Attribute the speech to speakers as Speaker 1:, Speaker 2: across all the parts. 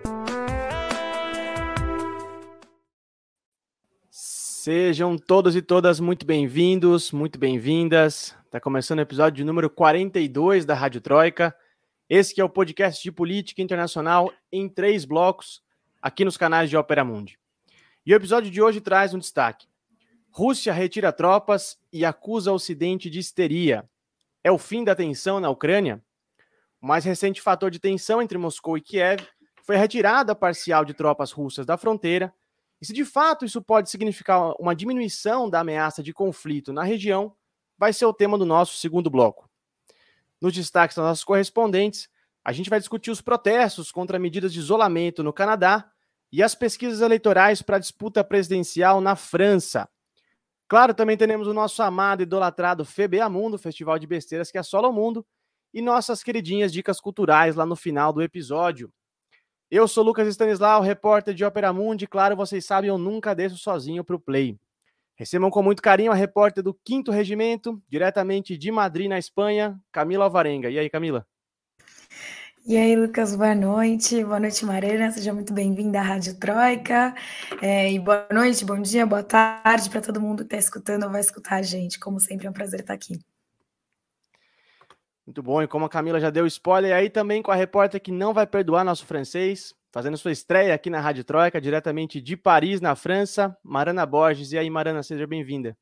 Speaker 1: Sejam todos e todas muito bem-vindos, muito bem-vindas. Está começando o episódio número 42 da Rádio Troika. Esse que é o podcast de política internacional em 3 blocos, aqui nos canais de Opera Mundi. E o episódio de hoje traz um destaque. Rússia retira tropas e acusa o Ocidente de histeria. É o fim da tensão na Ucrânia? O mais recente fator de tensão entre Moscou e Kiev foi a retirada parcial de tropas russas da fronteira. E se de fato isso pode significar uma diminuição da ameaça de conflito na região, vai ser o tema do nosso segundo bloco. Nos destaques das nossas correspondentes, a gente vai discutir os protestos contra medidas de isolamento no Canadá e as pesquisas eleitorais para a disputa presidencial na França. Claro, também teremos o nosso amado e idolatrado FBA Mundo, festival de besteiras que assola o mundo, e nossas queridinhas dicas culturais lá no final do episódio. Eu sou Lucas Stanislau, repórter de Opera Mundi, claro, vocês sabem, eu nunca desço sozinho para o Play. Recebam com muito carinho a repórter do 5º Regimento, diretamente de Madrid, na Espanha, Camila Alvarenga. E aí, Camila?
Speaker 2: E aí, Lucas, boa noite, Marina, seja muito bem-vinda à Rádio Troika, e boa noite, bom dia, boa tarde para todo mundo que está escutando ou vai escutar a gente, como sempre é um prazer estar aqui.
Speaker 1: Muito bom, e como a Camila já deu spoiler, aí também com a repórter que não vai perdoar nosso francês, fazendo sua estreia aqui na Rádio Troika, diretamente de Paris, na França, Marana Borges. E aí, Marana, seja bem-vinda.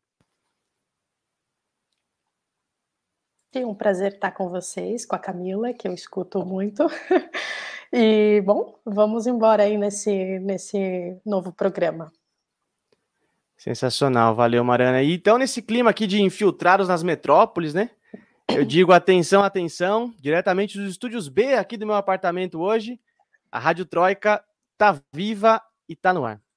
Speaker 3: É um prazer estar com vocês, com a Camila, que eu escuto muito. E, bom, vamos embora aí nesse novo programa.
Speaker 1: Sensacional, valeu, Marana. E então, nesse clima aqui de infiltrados nas metrópoles, né? Eu digo atenção, atenção, diretamente dos estúdios B aqui do meu apartamento hoje, a Rádio Troika tá viva e tá no ar.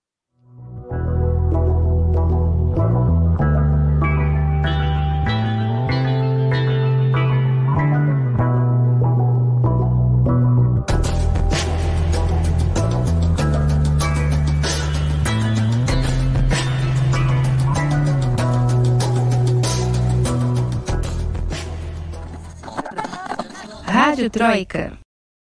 Speaker 4: Rádio Troika.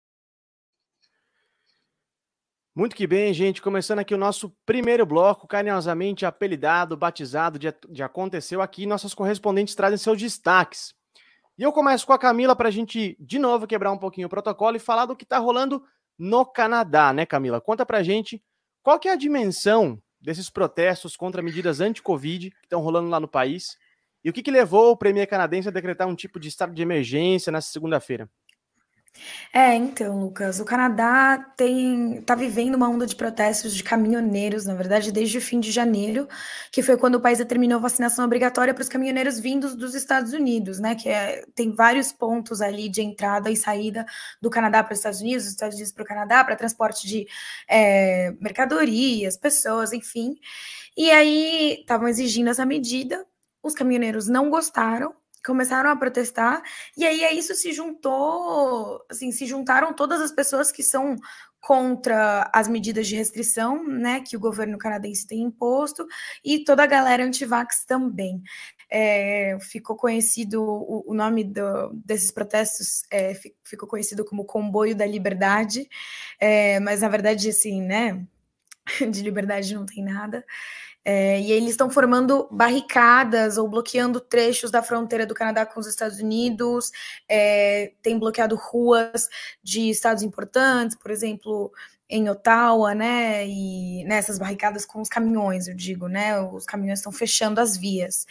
Speaker 1: Muito que bem, gente. Começando aqui o nosso primeiro bloco, carinhosamente apelidado, batizado de Aconteceu Aqui. Nossas correspondentes trazem seus destaques. E eu começo com a Camila para a gente, de novo, quebrar um pouquinho o protocolo e falar do que está rolando no Canadá, né, Camila? Conta para a gente qual que é a dimensão desses protestos contra medidas anti-Covid que estão rolando lá no país e o que levou o premier canadense a decretar um tipo de estado de emergência nessa segunda-feira.
Speaker 2: Então, Lucas, o Canadá tá vivendo uma onda de protestos de caminhoneiros, na verdade, desde o fim de janeiro, que foi quando o país determinou vacinação obrigatória para os caminhoneiros vindos dos Estados Unidos, né? Tem vários pontos ali de entrada e saída do Canadá para os Estados Unidos, dos Estados Unidos para o Canadá, para transporte de mercadorias, pessoas, enfim. E aí estavam exigindo essa medida, os caminhoneiros não gostaram, começaram a protestar, e aí a isso se juntaram todas as pessoas que são contra as medidas de restrição, né, que o governo canadense tem imposto, e toda a galera anti-vax também. Ficou conhecido, o nome desses protestos ficou conhecido como Comboio da Liberdade, mas na verdade, assim, né, de liberdade não tem nada. E eles estão formando barricadas ou bloqueando trechos da fronteira do Canadá com os Estados Unidos, tem bloqueado ruas de estados importantes, por exemplo, em Ottawa, né, e nessas barricadas com os caminhões, eu digo, né, os caminhões estão fechando as vias.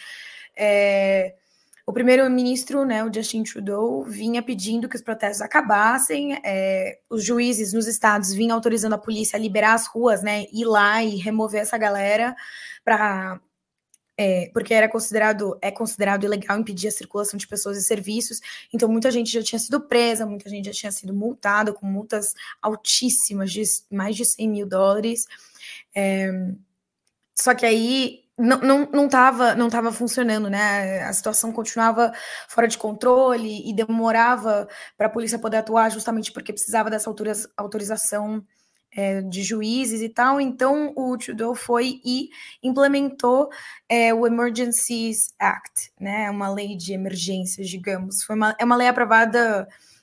Speaker 2: O primeiro-ministro, né, o Justin Trudeau, vinha pedindo que os protestos acabassem, os juízes nos estados vinham autorizando a polícia a liberar as ruas, né, ir lá e remover essa galera, porque é considerado ilegal impedir a circulação de pessoas e serviços, então muita gente já tinha sido presa, muita gente já tinha sido multada, com multas altíssimas, de mais de $100 mil. Só que aí não estava funcionando, né? A situação continuava fora de controle e demorava para a polícia poder atuar, justamente porque precisava dessa autorização de juízes e tal. Então o Trudeau foi e implementou o Emergencies Act, né? Uma lei de emergências, digamos. É uma lei aprovada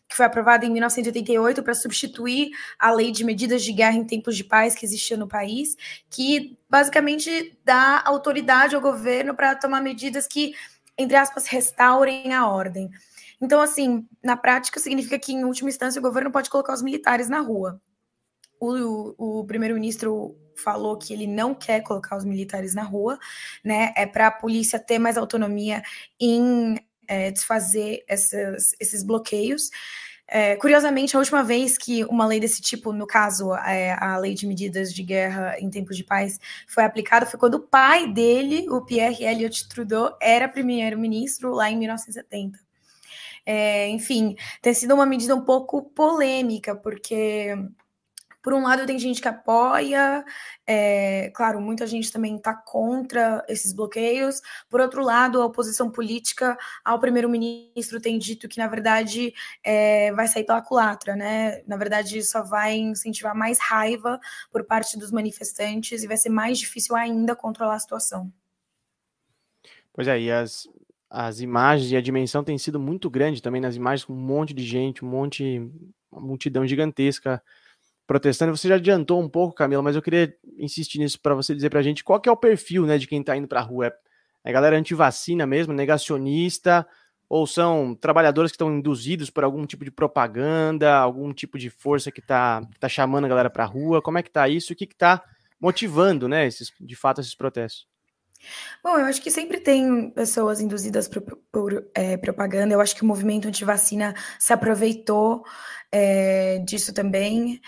Speaker 2: que foi aprovada em 1988 para substituir a lei de medidas de guerra em tempos de paz que existia no país, que basicamente dá autoridade ao governo para tomar medidas que, entre aspas, restaurem a ordem. Então, assim, na prática, significa que, em última instância, o governo pode colocar os militares na rua. O primeiro-ministro falou que ele não quer colocar os militares na rua, né? É para a polícia ter mais autonomia em desfazer esses bloqueios. Curiosamente, a última vez que uma lei desse tipo, no caso, a lei de medidas de guerra em tempos de paz, foi aplicada foi quando o pai dele, o Pierre Elliott Trudeau, era primeiro-ministro lá em 1970. Enfim, tem sido uma medida um pouco polêmica, porque, por um lado, tem gente que apoia, claro, muita gente também está contra esses bloqueios. Por outro lado, a oposição política ao primeiro-ministro tem dito que, na verdade, vai sair pela culatra, né? Na verdade, só vai incentivar mais raiva por parte dos manifestantes e vai ser mais difícil ainda controlar a situação.
Speaker 1: Pois é, e as imagens e a dimensão tem sido muito grande também nas imagens, com um monte de gente, uma multidão gigantesca protestando. Você já adiantou um pouco, Camila, mas eu queria insistir nisso para você dizer para a gente qual que é o perfil, né, de quem está indo para a rua. É galera antivacina mesmo, negacionista, ou são trabalhadores que estão induzidos por algum tipo de propaganda, algum tipo de força que tá chamando a galera para a rua? Como é que está isso? O que está motivando, né, de fato, esses protestos?
Speaker 2: Bom, eu acho que sempre tem pessoas induzidas por propaganda. Eu acho que o movimento antivacina se aproveitou disso também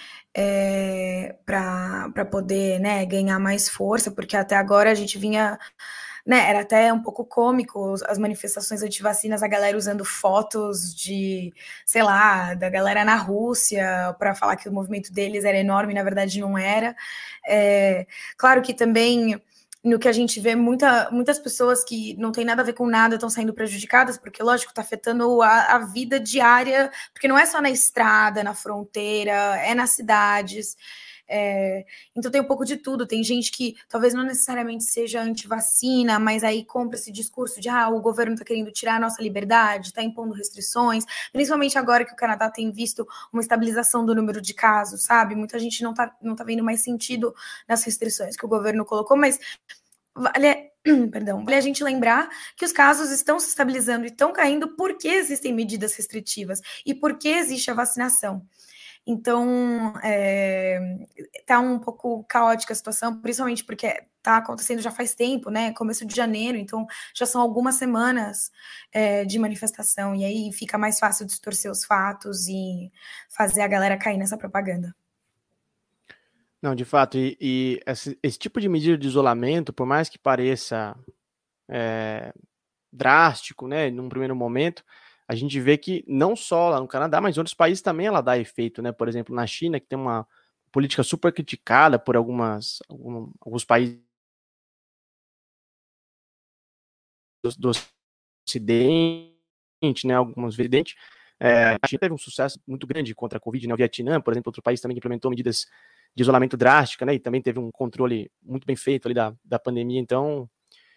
Speaker 2: para poder, né, ganhar mais força, porque até agora a gente vinha, né, era até um pouco cômico as manifestações antivacinas, a galera usando fotos de, sei lá, da galera na Rússia para falar que o movimento deles era enorme, na verdade não era. Claro que também, no que a gente vê, muitas pessoas que não tem nada a ver com nada estão saindo prejudicadas, porque, lógico, está afetando a vida diária, porque não é só na estrada, na fronteira, é nas cidades. Então tem um pouco de tudo. Tem gente que talvez não necessariamente seja antivacina, mas aí compra esse discurso de o governo está querendo tirar a nossa liberdade, está impondo restrições, principalmente agora que o Canadá tem visto uma estabilização do número de casos, sabe? Muita gente não tá vendo mais sentido nas restrições que o governo colocou, mas vale a gente lembrar que os casos estão se estabilizando e estão caindo porque existem medidas restritivas e porque existe a vacinação. Então, tá um pouco caótica a situação, principalmente porque tá acontecendo já faz tempo, né? Começo de janeiro, então já são algumas semanas de manifestação, e aí fica mais fácil distorcer os fatos e fazer a galera cair nessa propaganda.
Speaker 1: Não, de fato, e esse tipo de medida de isolamento, por mais que pareça drástico, né, num primeiro momento, a gente vê que não só lá no Canadá, mas em outros países também ela dá efeito, né? Por exemplo, na China, que tem uma política super criticada por alguns países do Ocidente, né? Alguns videntes. A China teve um sucesso muito grande contra a Covid, né? O Vietnã, por exemplo, outro país também que implementou medidas de isolamento drástica, né? E também teve um controle muito bem feito ali da pandemia. Então,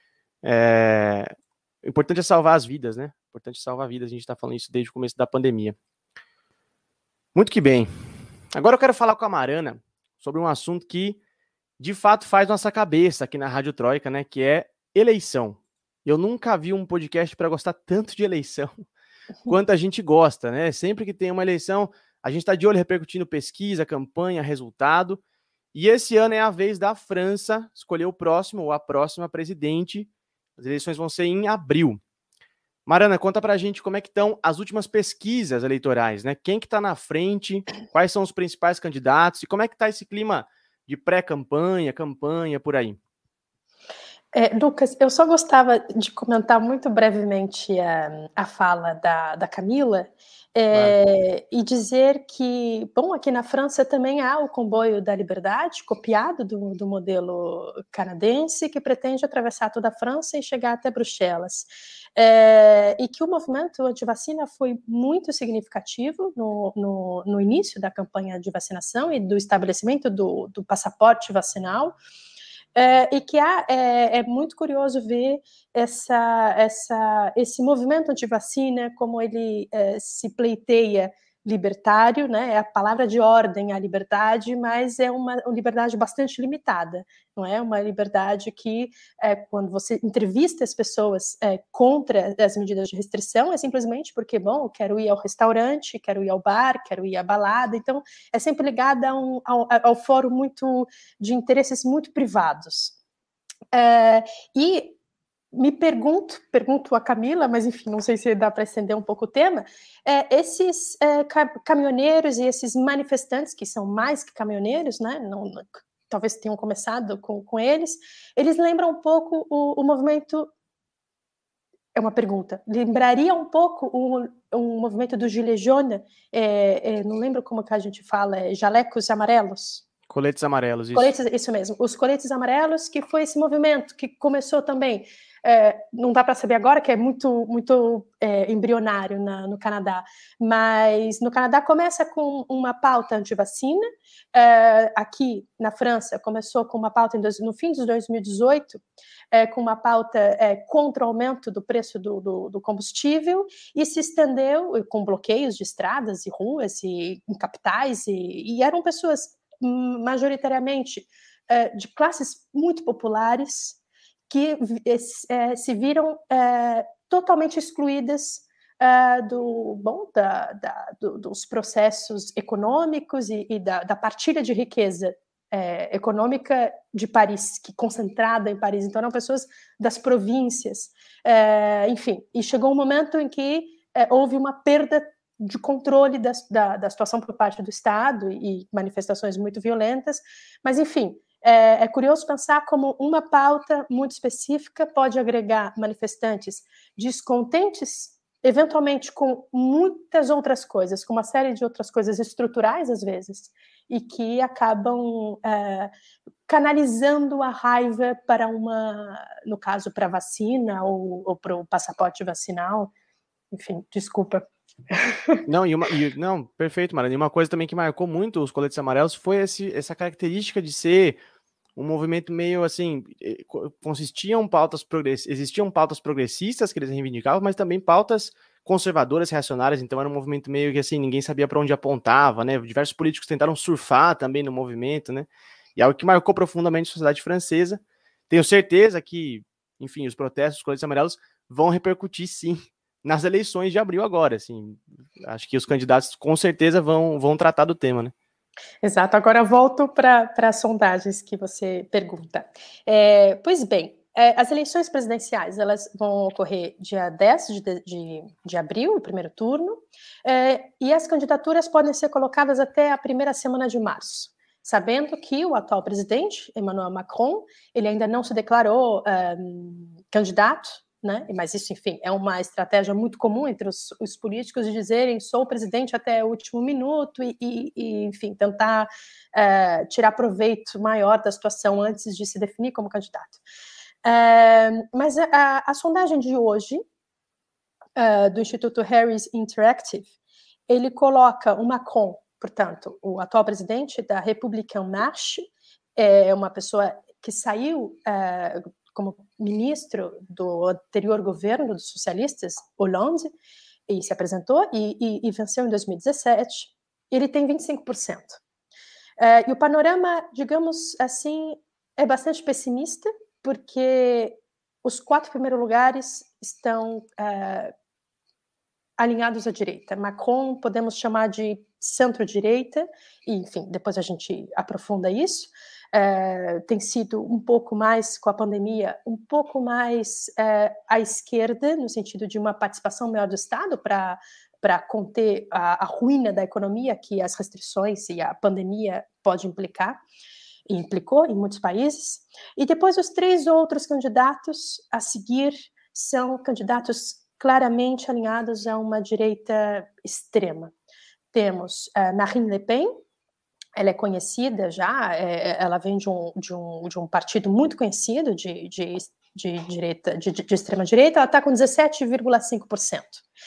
Speaker 1: o importante é salvar as vidas, né? O importante é salvar vidas. A gente está falando isso desde o começo da pandemia. Muito que bem. Agora eu quero falar com a Marana sobre um assunto que, de fato, faz nossa cabeça aqui na Rádio Troika, né? Que é eleição. Eu nunca vi um podcast para gostar tanto de eleição quanto a gente gosta, né? Sempre que tem uma eleição, a gente está de olho repercutindo pesquisa, campanha, resultado. E esse ano é a vez da França escolher o próximo ou a próxima presidente. As eleições vão ser em abril. Marana, conta pra gente como é que estão as últimas pesquisas eleitorais, né? Quem que tá na frente, quais são os principais candidatos e como é que tá esse clima de pré-campanha, campanha, por aí?
Speaker 3: Lucas, eu só gostava de comentar muito brevemente a fala da Camila, claro. E dizer que, bom, aqui na França também há o comboio da liberdade, copiado do modelo canadense, que pretende atravessar toda a França e chegar até Bruxelas. E que o movimento anti-vacina foi muito significativo no início da campanha de vacinação e do estabelecimento do passaporte vacinal. E que é muito curioso ver esse movimento anti-vacina, como ele se pleiteia libertário, né? É a palavra de ordem, a liberdade, mas é uma liberdade bastante limitada, não é? Uma liberdade que, quando você entrevista as pessoas contra as medidas de restrição, é simplesmente porque, bom, quero ir ao restaurante, quero ir ao bar, quero ir à balada, então é sempre ligada ao fórum muito de interesses muito privados. E me pergunto a Camila, mas enfim, não sei se dá para estender um pouco o tema, esses caminhoneiros e esses manifestantes, que são mais que caminhoneiros, né, talvez tenham começado com eles lembram um pouco o movimento, é uma pergunta, lembraria um pouco o movimento do Gilets Jaunes, não lembro como que a gente fala, jalecos amarelos?
Speaker 1: Coletes amarelos, isso.
Speaker 3: Coletes, isso mesmo, os coletes amarelos, que foi esse movimento que começou também, não dá para saber agora, que é muito embrionário no Canadá, mas no Canadá começa com uma pauta anti-vacina, aqui na França começou com uma pauta no fim de 2018, com uma pauta contra o aumento do preço do combustível, e se estendeu com bloqueios de estradas e ruas e em capitais, e eram pessoas majoritariamente de classes muito populares, que se viram totalmente excluídas dos processos econômicos e da partilha de riqueza econômica de Paris, que concentrada em Paris. Então, eram pessoas das províncias. Enfim, e chegou um momento em que houve uma perda de controle da situação por parte do Estado e manifestações muito violentas, mas, enfim, é curioso pensar como uma pauta muito específica pode agregar manifestantes descontentes, eventualmente com muitas outras coisas, com uma série de outras coisas estruturais, às vezes, e que acabam canalizando a raiva para no caso, para a vacina ou para o passaporte vacinal. Enfim, desculpa.
Speaker 1: Não, perfeito, Mariana. E uma coisa também que marcou muito os coletes amarelos foi essa característica de ser um movimento meio assim, existiam pautas progressistas que eles reivindicavam, mas também pautas conservadoras, reacionárias. Então era um movimento meio que assim, ninguém sabia para onde apontava, né? Diversos políticos tentaram surfar também no movimento, né? E algo que marcou profundamente a sociedade francesa. Tenho certeza que, enfim, os protestos, os coletes amarelos vão repercutir, sim, nas eleições de abril agora, assim. Acho que os candidatos com certeza vão tratar do tema, né?
Speaker 3: Exato. Agora volto para as sondagens que você pergunta. Pois bem, as eleições presidenciais elas vão ocorrer dia 10 de abril, o primeiro turno, e as candidaturas podem ser colocadas até a primeira semana de março, sabendo que o atual presidente, Emmanuel Macron, ele ainda não se declarou candidato, né? Mas isso, enfim, é uma estratégia muito comum entre os políticos de dizerem sou presidente até o último minuto e enfim, tentar tirar proveito maior da situação antes de se definir como candidato. Mas a sondagem de hoje, do Instituto Harris Interactive, ele coloca o Macron, portanto, o atual presidente da République En Marche, uma pessoa que saiu como ministro do anterior governo dos socialistas, Hollande, e se apresentou e venceu em 2017. Ele tem 25%. E o panorama, digamos assim, é bastante pessimista, porque os 4 primeiros lugares estão alinhados à direita. Macron podemos chamar de centro-direita, e, enfim, depois a gente aprofunda isso. Tem sido um pouco mais, com a pandemia, um pouco mais à esquerda, no sentido de uma participação maior do Estado para conter a ruína da economia que as restrições e a pandemia pode implicar, e implicou em muitos países. E depois os 3 outros candidatos a seguir são candidatos claramente alinhados a uma direita extrema. Temos Marine Le Pen. Ela é conhecida já, ela vem de um partido muito conhecido de direita, de extrema direita. Ela está com 17,5%.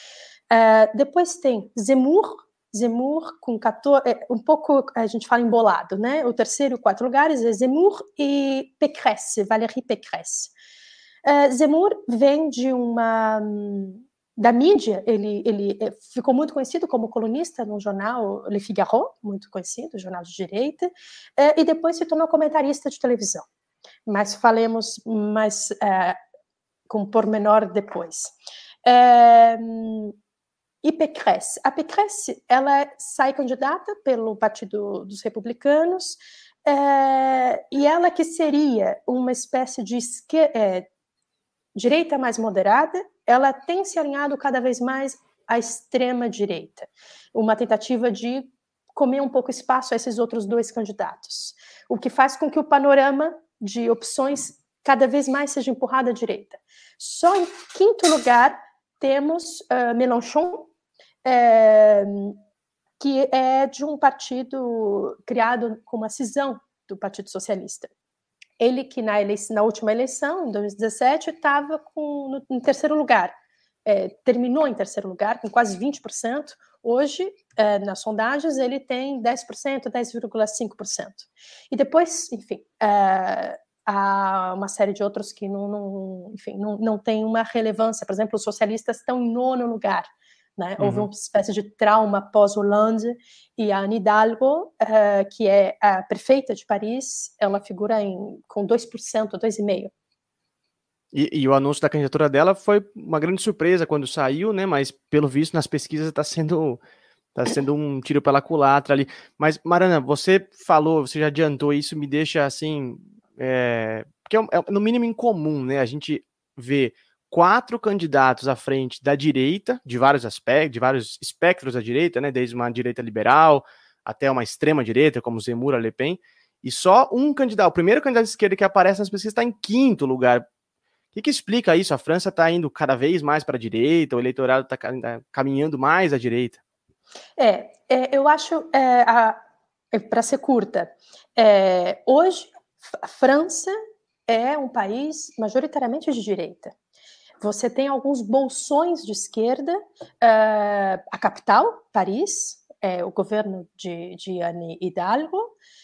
Speaker 3: Depois tem Zemmour com 14, um pouco a gente fala embolado, né? O terceiro e o 4 lugares é Zemmour e Pécresse, Valérie Pécresse. Zemmour vem de uma da mídia, ele ficou muito conhecido como colunista no jornal Le Figaro, muito conhecido, jornal de direita, e depois se tornou comentarista de televisão. Mas falemos mais com pormenor depois. E Pécresse. A Pécresse, ela sai candidata pelo Partido dos Republicanos, e ela que seria uma espécie de direita mais moderada, ela tem se alinhado cada vez mais à extrema-direita, uma tentativa de comer um pouco espaço a esses outros dois candidatos, o que faz com que o panorama de opções cada vez mais seja empurrado à direita. Só em quinto lugar temos Mélenchon, que é de um partido criado com uma cisão do Partido Socialista. Ele que na última eleição, em 2017, estava em terceiro lugar, terminou em terceiro lugar, com quase 20%. Hoje, nas sondagens, ele tem 10%, 10,5%. E depois, enfim, há uma série de outros que não têm uma relevância. Por exemplo, os socialistas estão em nono lugar. Né? Houve uma espécie de trauma pós-Hollande, e a Anne Hidalgo, que é a prefeita de Paris, ela figura com 2%, 2,5%.
Speaker 1: E o anúncio da candidatura dela foi uma grande surpresa quando saiu, né? Mas, pelo visto, nas pesquisas está sendo um tiro pela culatra ali. Mas, Mariana, você já adiantou isso, me deixa assim... porque é no mínimo incomum, né? A gente vê 4 candidatos à frente da direita, de vários aspectos, de vários espectros da direita, né, desde uma direita liberal até uma extrema direita, como Zemmour, Le Pen, e só um candidato, o primeiro candidato de esquerda que aparece nas pesquisas está em quinto lugar. O que explica isso? A França está indo cada vez mais para a direita, o eleitorado está caminhando mais à direita?
Speaker 3: Eu acho, para ser curta, hoje a França é um país majoritariamente de direita. Você tem alguns bolsões de esquerda, a capital, Paris, o governo de Anne Hidalgo.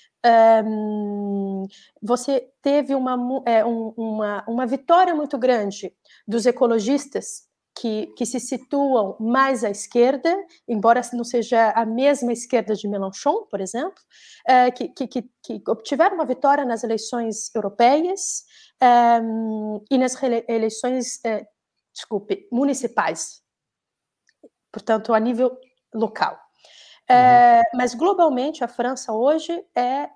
Speaker 3: Você teve uma vitória muito grande dos ecologistas que se situam mais à esquerda, embora não seja a mesma esquerda de Mélenchon, por exemplo, que obtiveram uma vitória nas eleições europeias e nas eleições, municipais, portanto, a nível local. Mas, globalmente, a França hoje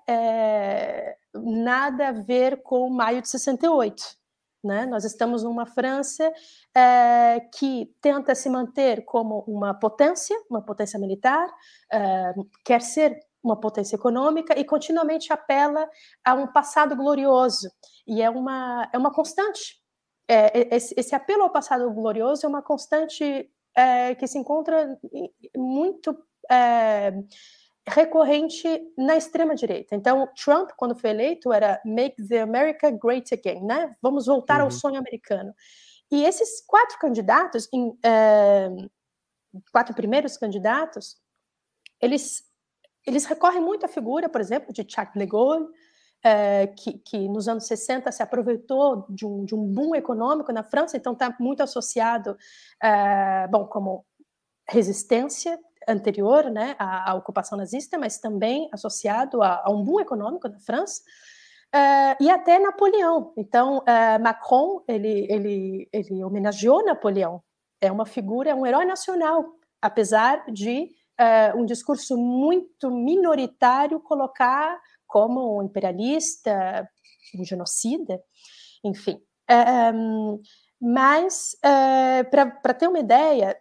Speaker 3: nada a ver com maio de 68. Né? Nós estamos numa França que tenta se manter como uma potência militar, quer ser uma potência econômica e continuamente apela a um passado glorioso. E é uma constante. Esse apelo ao passado glorioso é uma constante que se encontra muito recorrente na extrema-direita. Então, Trump, quando foi eleito, era Make the America Great Again, né? Vamos voltar ao sonho americano. E esses 4 candidatos, 4 primeiros candidatos, eles recorrem muito à figura, por exemplo, de Charles de Gaulle, que nos anos 60 se aproveitou de um boom econômico na França, então está muito associado, como resistência anterior, né, à ocupação nazista, mas também associado a um boom econômico na França, e até Napoleão. Então, Macron, ele homenageou Napoleão. É uma figura, é um herói nacional, apesar de um discurso muito minoritário colocar como um imperialista, um genocida, enfim. Mas, para ter uma ideia,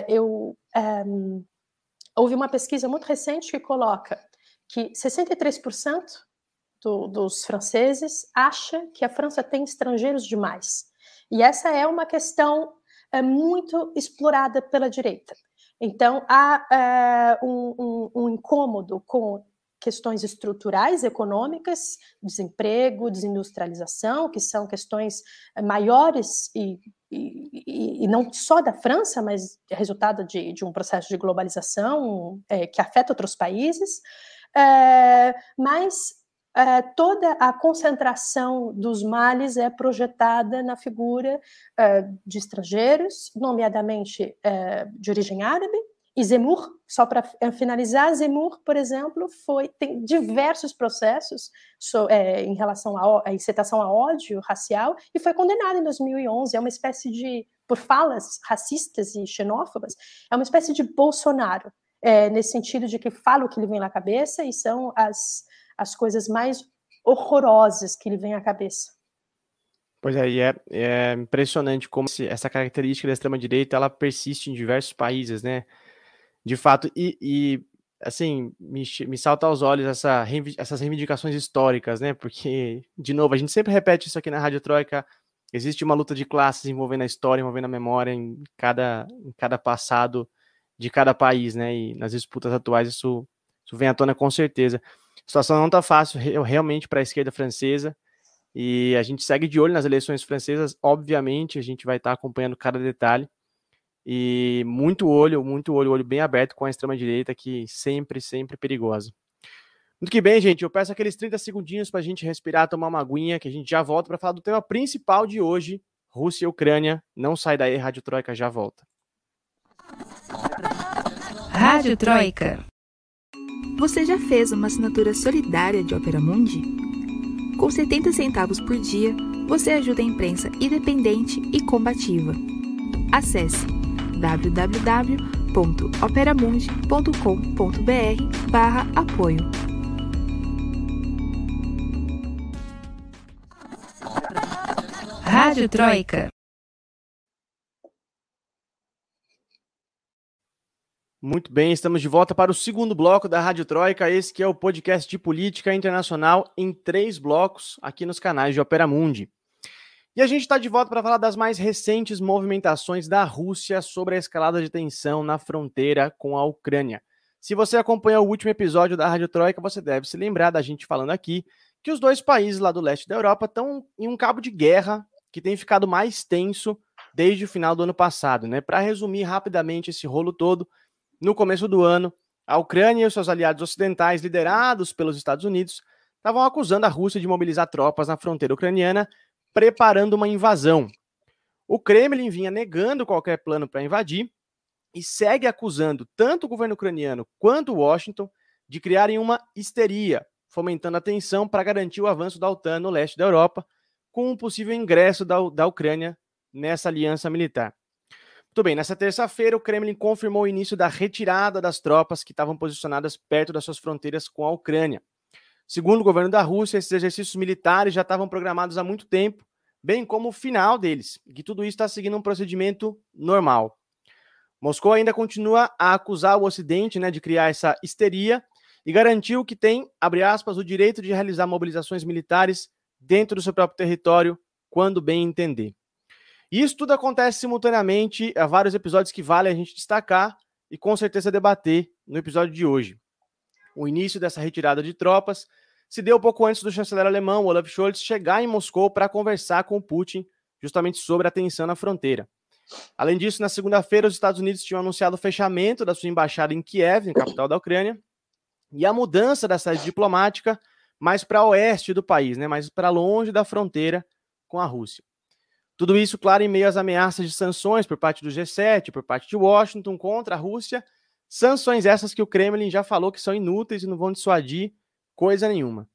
Speaker 3: houve uma pesquisa muito recente que coloca que 63% dos franceses acha que a França tem estrangeiros demais. E essa é uma questão muito explorada pela direita. Então, há um incômodo com questões estruturais, econômicas, desemprego, desindustrialização, que são questões maiores e não só da França, mas resultado de um processo de globalização que afeta outros países. Mas toda a concentração dos males é projetada na figura de estrangeiros, nomeadamente de origem árabe, e Zemmour, só para finalizar, Zemmour, por exemplo, tem diversos processos em relação à incitação a ódio racial e foi condenado em 2011. É uma espécie de, por falas racistas e xenófobas, é uma espécie de Bolsonaro, nesse sentido de que fala o que lhe vem na cabeça e são as coisas mais horrorosas que lhe vem à cabeça.
Speaker 1: Pois é, e é impressionante como essa característica da extrema-direita ela persiste em diversos países, né? De fato, assim, me salta aos olhos essas reivindicações históricas, né? Porque, de novo, a gente sempre repete isso aqui na Rádio Troika, existe uma luta de classes envolvendo a história, envolvendo a memória em cada passado de cada país, né? E nas disputas atuais isso vem à tona com certeza. A situação não está fácil realmente para a esquerda francesa e a gente segue de olho nas eleições francesas, obviamente, a gente vai estar acompanhando cada detalhe. E muito olho bem aberto com a extrema-direita, que sempre perigosa. Muito que bem, gente, eu peço aqueles 30 segundinhos para a gente respirar, tomar uma aguinha, que a gente já volta para falar do tema principal de hoje, Rússia e Ucrânia. Não sai daí, Rádio Troika já volta.
Speaker 4: Rádio Troika. Você já fez uma assinatura solidária de Opera Mundi? Com 70 centavos por dia, você ajuda a imprensa independente e combativa. Acesse www.operamundi.com.br/apoio. Rádio Troika.
Speaker 1: Muito bem, estamos de volta para o segundo bloco da Rádio Troika, esse que é o podcast de política internacional em 3 blocos aqui nos canais de Opera Mundi. E a gente está de volta para falar das mais recentes movimentações da Rússia sobre a escalada de tensão na fronteira com a Ucrânia. Se você acompanhou o último episódio da Rádio Troika, você deve se lembrar da gente falando aqui que os 2 países lá do leste da Europa estão em um cabo de guerra que tem ficado mais tenso desde o final do ano passado, né? Para resumir rapidamente esse rolo todo, no começo do ano, a Ucrânia e os seus aliados ocidentais, liderados pelos Estados Unidos, estavam acusando a Rússia de mobilizar tropas na fronteira ucraniana, preparando uma invasão. O Kremlin vinha negando qualquer plano para invadir e segue acusando tanto o governo ucraniano quanto Washington de criarem uma histeria, fomentando a tensão para garantir o avanço da OTAN no leste da Europa, com um possível ingresso da Ucrânia nessa aliança militar. Muito bem, nessa terça-feira o Kremlin confirmou o início da retirada das tropas que estavam posicionadas perto das suas fronteiras com a Ucrânia. Segundo o governo da Rússia, esses exercícios militares já estavam programados há muito tempo, bem como o final deles, e que tudo isso está seguindo um procedimento normal. Moscou ainda continua a acusar o Ocidente, né, de criar essa histeria e garantiu que tem, abre aspas, o direito de realizar mobilizações militares dentro do seu próprio território, quando bem entender. E isso tudo acontece simultaneamente a vários episódios que vale a gente destacar e com certeza debater no episódio de hoje. O início dessa retirada de tropas se deu pouco antes do chanceler alemão, Olaf Scholz, chegar em Moscou para conversar com Putin justamente sobre a tensão na fronteira. Além disso, na segunda-feira, os Estados Unidos tinham anunciado o fechamento da sua embaixada em Kiev, na capital da Ucrânia, e a mudança da sede diplomática mais para oeste do país, né, mais para longe da fronteira com a Rússia. Tudo isso, claro, em meio às ameaças de sanções por parte do G7, por parte de Washington contra a Rússia, sanções essas que o Kremlin já falou que são inúteis e não vão dissuadir coisa nenhuma.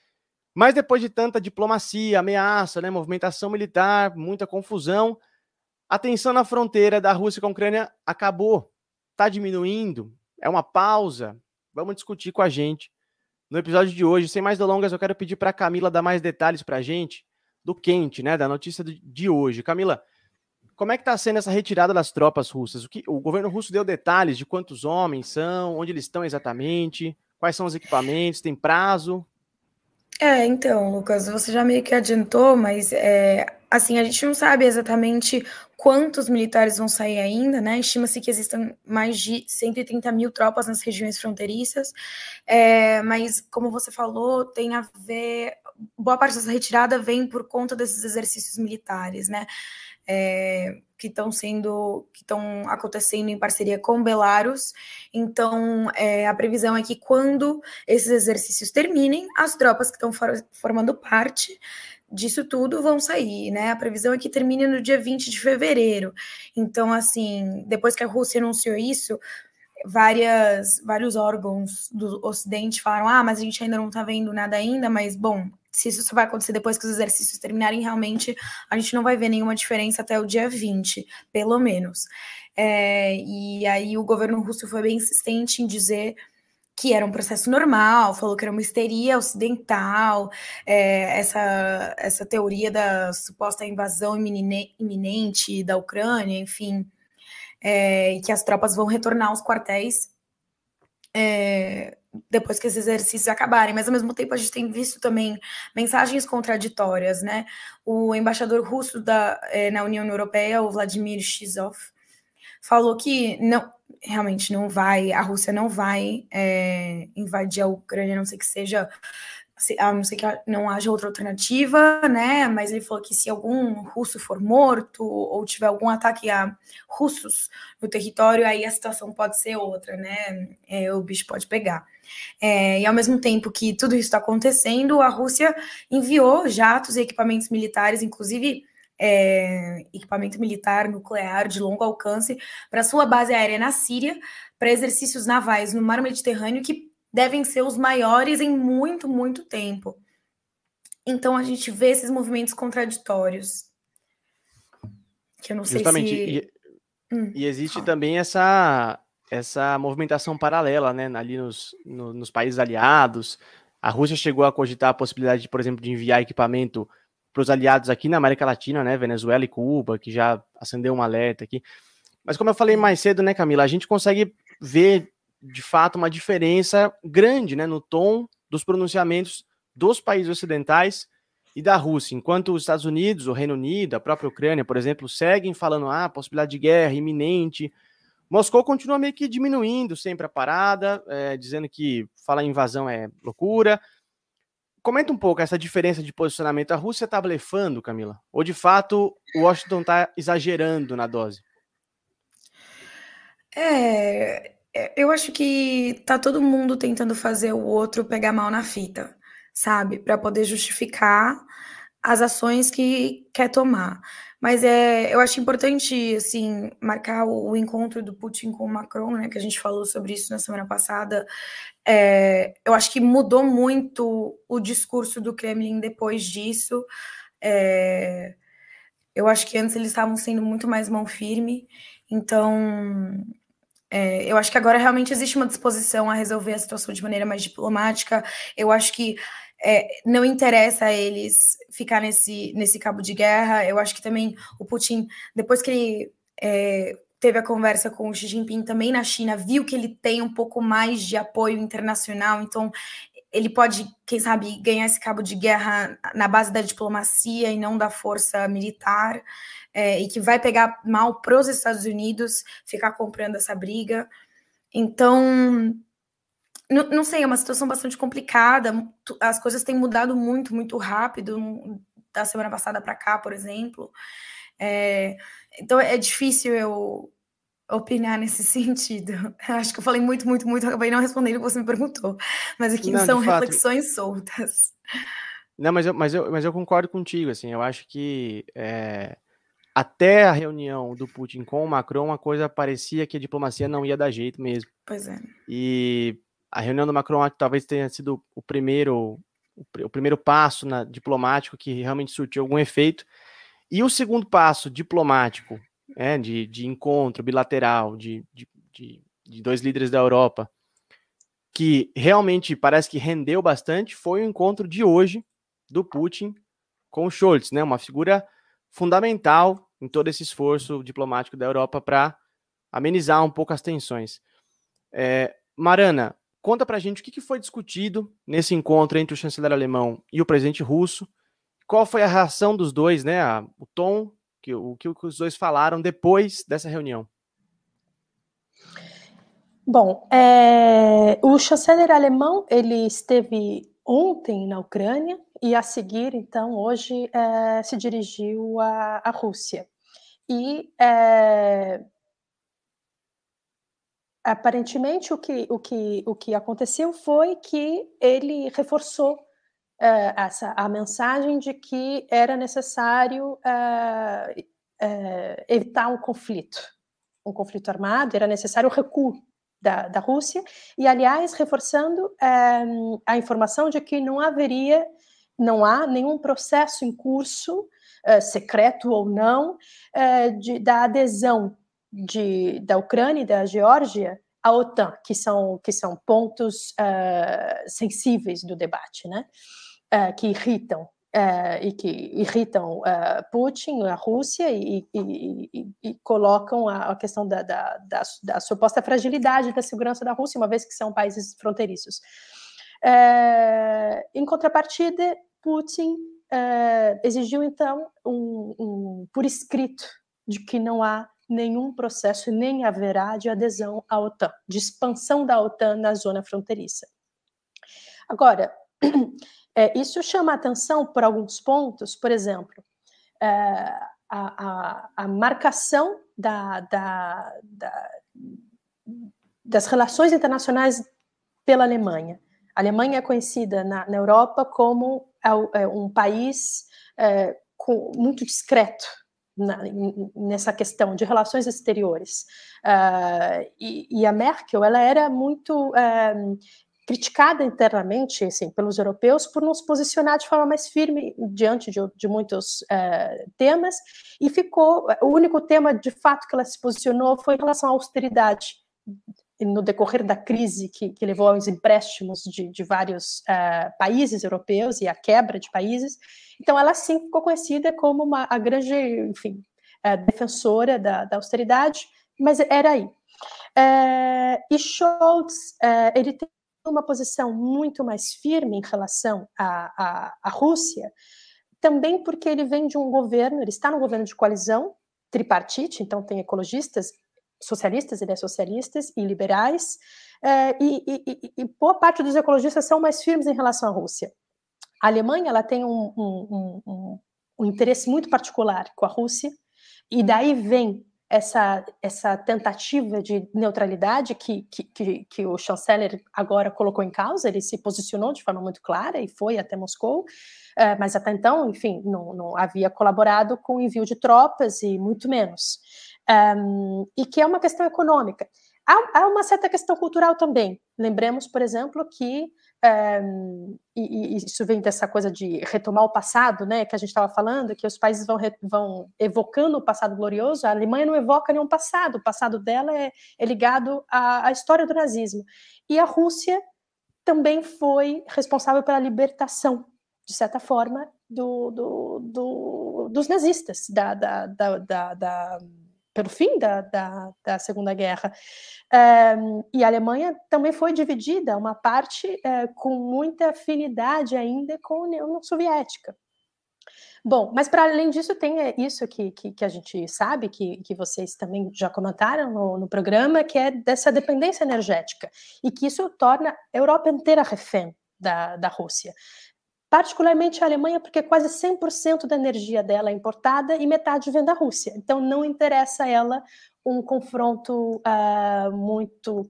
Speaker 1: Mas depois de tanta diplomacia, ameaça, né, movimentação militar, muita confusão, a tensão na fronteira da Rússia com a Ucrânia acabou, está diminuindo, é uma pausa. Vamos discutir com a gente no episódio de hoje. Sem mais delongas, eu quero pedir para a Camila dar mais detalhes para a gente do quente, né, da notícia de hoje. Camila, como é que está sendo essa retirada das tropas russas? O governo russo deu detalhes de quantos homens são, onde eles estão exatamente, quais são os equipamentos, tem prazo?
Speaker 2: Então, Lucas, você já meio que adiantou, mas assim, a gente não sabe exatamente quantos militares vão sair ainda, né? Estima-se que existam mais de 130 mil tropas nas regiões fronteiriças, mas, como você falou, tem a ver... Boa parte dessa retirada vem por conta desses exercícios militares, né? Que estão acontecendo em parceria com Belarus. Então, a previsão é que quando esses exercícios terminem, as tropas que estão formando parte disso tudo vão sair, né? A previsão é que termine no dia 20 de fevereiro. Então, assim, depois que a Rússia anunciou isso, vários órgãos do Ocidente falaram, mas a gente ainda não tá vendo nada ainda, mas, bom, se isso só vai acontecer depois que os exercícios terminarem, realmente a gente não vai ver nenhuma diferença até o dia 20, pelo menos. E aí o governo russo foi bem insistente em dizer que era um processo normal, falou que era uma histeria ocidental, essa teoria da suposta invasão iminente da Ucrânia, enfim, e que as tropas vão retornar aos quartéis depois que esses exercícios acabarem. Mas, ao mesmo tempo, a gente tem visto também mensagens contraditórias, né? O embaixador russo na União Europeia, o Vladimir Shizov, falou que realmente não vai, a Rússia não vai invadir a Ucrânia, a não ser que não haja outra alternativa, né? Mas ele falou que se algum russo for morto ou tiver algum ataque a russos no território, aí a situação pode ser outra, né? O bicho pode pegar. E ao mesmo tempo que tudo isso está acontecendo, a Rússia enviou jatos e equipamentos militares, inclusive equipamento militar nuclear de longo alcance, para sua base aérea na Síria, para exercícios navais no Mar Mediterrâneo, que devem ser os maiores em muito, muito tempo. Então, a gente vê esses movimentos contraditórios. Que eu não
Speaker 1: Justamente,
Speaker 2: sei se...
Speaker 1: E existe também essa movimentação paralela, né, ali nos países aliados. A Rússia chegou a cogitar a possibilidade, por exemplo, de enviar equipamento para os aliados aqui na América Latina, né, Venezuela e Cuba, que já acendeu um alerta aqui. Mas como eu falei mais cedo, né, Camila, a gente consegue ver de fato uma diferença grande, né, no tom dos pronunciamentos dos países ocidentais e da Rússia, enquanto os Estados Unidos, o Reino Unido, a própria Ucrânia, por exemplo, seguem falando possibilidade de guerra iminente. Moscou continua meio que diminuindo sempre a parada, dizendo que falar em invasão é loucura. Comenta um pouco essa diferença de posicionamento. A Rússia está blefando, Camila? Ou de fato o Washington está exagerando na dose?
Speaker 2: Eu acho que tá todo mundo tentando fazer o outro pegar mal na fita, sabe? Para poder justificar as ações que quer tomar. Mas eu acho importante, assim, marcar o encontro do Putin com o Macron, né? Que a gente falou sobre isso na semana passada. Eu acho que mudou muito o discurso do Kremlin depois disso. Eu acho que antes eles estavam sendo muito mais mão firme. Então... eu acho que agora realmente existe uma disposição a resolver a situação de maneira mais diplomática. Eu acho que não interessa a eles ficar nesse cabo de guerra. Eu acho que também o Putin, depois que ele teve a conversa com o Xi Jinping também na China, viu que ele tem um pouco mais de apoio internacional, então ele pode, quem sabe, ganhar esse cabo de guerra na base da diplomacia e não da força militar. E que vai pegar mal para os Estados Unidos ficar comprando essa briga. Então, não sei, é uma situação bastante complicada. As coisas têm mudado muito, muito rápido da semana passada para cá, por exemplo. Então, é difícil eu opinar nesse sentido. Acho que eu falei muito, muito, muito, acabei não respondendo o que você me perguntou. Mas aqui não, são reflexões soltas.
Speaker 1: Não, mas eu concordo contigo, assim, eu acho que até a reunião do Putin com o Macron, uma coisa parecia que a diplomacia não ia dar jeito mesmo.
Speaker 2: Pois é.
Speaker 1: E a reunião do Macron talvez tenha sido o primeiro passo diplomático que realmente surtiu algum efeito. E o segundo passo diplomático, de encontro bilateral de dois líderes da Europa, que realmente parece que rendeu bastante, foi o encontro de hoje do Putin com o Scholz, né? Uma figura fundamental em todo esse esforço diplomático da Europa para amenizar um pouco as tensões. Marana, conta pra gente o que foi discutido nesse encontro entre o chanceler alemão e o presidente russo, qual foi a reação dos dois, né? O tom, o que os dois falaram depois dessa reunião?
Speaker 3: Bom, o chanceler alemão, ele esteve ontem na Ucrânia e a seguir, então, hoje se dirigiu à Rússia. E aparentemente o que aconteceu foi que ele reforçou a mensagem de que era necessário evitar um conflito armado, era necessário o recuo da Rússia, e, aliás, reforçando a informação de que não há nenhum processo em curso, secreto ou não, da adesão da Ucrânia e da Geórgia à OTAN, que são pontos sensíveis do debate, né? Que irritam Putin, a Rússia, e colocam a questão da suposta fragilidade da segurança da Rússia, uma vez que são países fronteiriços. Em contrapartida, Putin exigiu, então, por escrito, de que não há nenhum processo, nem haverá, de adesão à OTAN, de expansão da OTAN na zona fronteiriça. Agora, isso chama a atenção por alguns pontos. Por exemplo, a marcação das relações internacionais pela Alemanha. A Alemanha é conhecida na Europa como um país muito discreto nessa questão de relações exteriores. E a Merkel, ela era muito criticada internamente, assim, pelos europeus por não se posicionar de forma mais firme diante de muitos temas, e o único tema, de fato, que ela se posicionou foi em relação à austeridade, no decorrer da crise que levou aos empréstimos de vários países europeus e à quebra de países. Então, ela sim ficou conhecida como a grande, enfim, defensora da austeridade, mas era aí. E Scholz, ele tem uma posição muito mais firme em relação à Rússia, também porque ele vem de um governo, ele está num governo de coalizão tripartite, então tem ecologistas, socialistas, socialistas e liberais, e boa parte dos ecologistas são mais firmes em relação à Rússia. A Alemanha, ela tem um interesse muito particular com a Rússia, e daí vem essa tentativa de neutralidade que o chanceler agora colocou em causa. Ele se posicionou de forma muito clara e foi até Moscou, mas até então, enfim, não havia colaborado com o envio de tropas e muito menos. E que é uma questão econômica. Há uma certa questão cultural também. Lembremos, por exemplo, que e isso vem dessa coisa de retomar o passado, né, que a gente estava falando, que os países vão evocando o passado glorioso. A Alemanha não evoca nenhum passado, o passado dela é ligado à história do nazismo. E a Rússia também foi responsável pela libertação, de certa forma, dos nazistas, pelo fim da Segunda Guerra. E a Alemanha também foi dividida, uma parte com muita afinidade ainda com a União Soviética. Bom, mas para além disso tem isso que a gente sabe, que vocês também já comentaram no programa, que é dessa dependência energética, e que isso torna a Europa inteira refém da Rússia. Particularmente a Alemanha, porque quase 100% da energia dela é importada e metade vem da Rússia. Então, não interessa a ela um confronto muito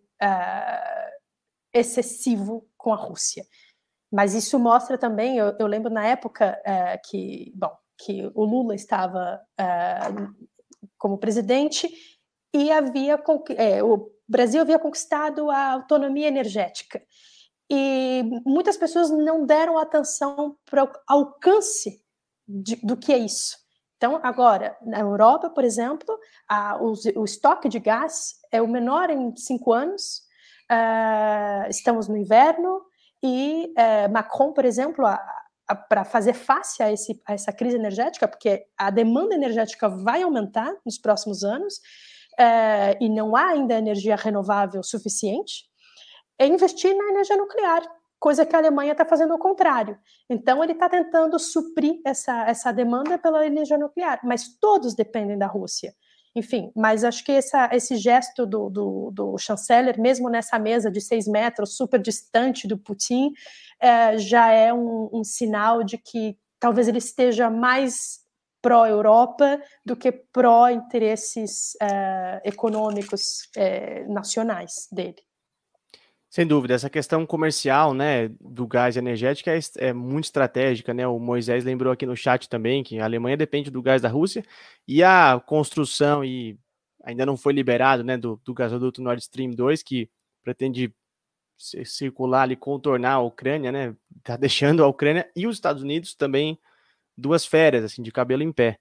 Speaker 3: excessivo com a Rússia. Mas isso mostra também, eu lembro na época que o Lula estava como presidente e o Brasil havia conquistado a autonomia energética. E muitas pessoas não deram atenção para o alcance do que é isso. Então, agora, na Europa, por exemplo, o estoque de gás é o menor em 5 anos, estamos no inverno, e Macron, por exemplo, para fazer face a essa crise energética, porque a demanda energética vai aumentar nos próximos anos, e não há ainda energia renovável suficiente, é investir na energia nuclear, coisa que a Alemanha está fazendo ao contrário. Então, ele está tentando suprir essa demanda pela energia nuclear, mas todos dependem da Rússia. Enfim, mas acho que esse gesto do chanceler, mesmo nessa mesa de 6 metros, super distante do Putin, já é um sinal de que talvez ele esteja mais pró-Europa do que pró-interesses econômicos nacionais dele.
Speaker 1: Sem dúvida, essa questão comercial, né, do gás energético é muito estratégica, né? O Moisés lembrou aqui no chat também que a Alemanha depende do gás da Rússia e a construção, e ainda não foi liberado, né, do gasoduto Nord Stream 2, que pretende circular ali, contornar a Ucrânia, né? Tá deixando a Ucrânia e os Estados Unidos também duas férias, assim, de cabelo em pé.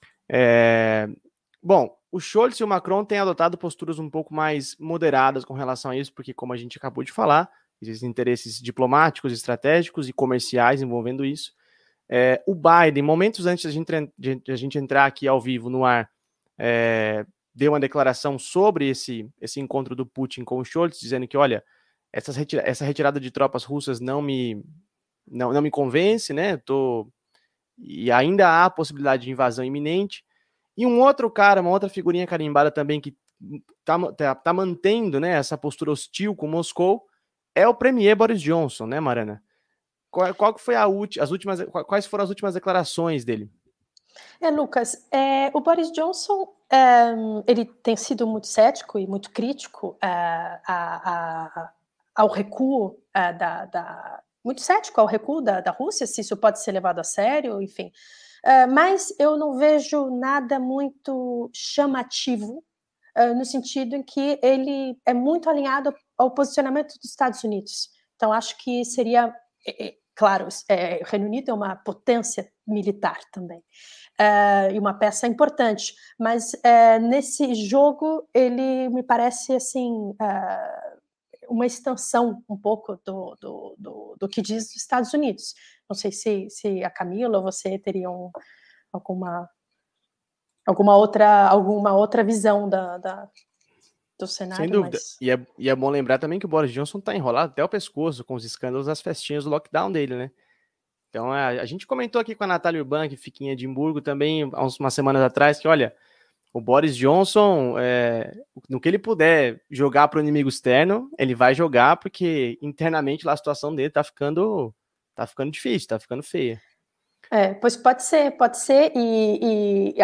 Speaker 1: Bom, o Scholz e o Macron têm adotado posturas um pouco mais moderadas com relação a isso, porque, como a gente acabou de falar, existem interesses diplomáticos, estratégicos e comerciais envolvendo isso. O Biden, momentos antes de a gente entrar aqui ao vivo no ar, deu uma declaração sobre esse encontro do Putin com o Scholz, dizendo que, olha, essa retirada de tropas russas não me convence, né? E ainda há a possibilidade de invasão iminente. E um outro cara, uma outra figurinha carimbada também que tá mantendo, né, essa postura hostil com Moscou é o premier Boris Johnson, né, Mariana? Qual que foi quais foram as últimas declarações dele?
Speaker 3: Lucas, o Boris Johnson ele tem sido muito cético e muito crítico ao recuo muito cético ao recuo da Rússia, se isso pode ser levado a sério, enfim. Mas eu não vejo nada muito chamativo no sentido em que ele é muito alinhado ao posicionamento dos Estados Unidos. Então, acho que seria, claro, o Reino Unido é uma potência militar também, e uma peça importante, mas nesse jogo ele me parece assim uma extensão um pouco do que diz os Estados Unidos. Não sei se a Camila ou você teriam alguma outra visão do cenário.
Speaker 1: Sem dúvida. Mas... E é bom lembrar também que o Boris Johnson está enrolado até o pescoço com os escândalos das festinhas do lockdown dele, né? Então, a gente comentou aqui com a Natália Urban, que fica em Edimburgo também, há umas semanas atrás, que, olha, o Boris Johnson, no que ele puder jogar para o inimigo externo, ele vai jogar, porque internamente lá a situação dele tá ficando difícil, tá ficando feia.
Speaker 3: Pois pode ser, e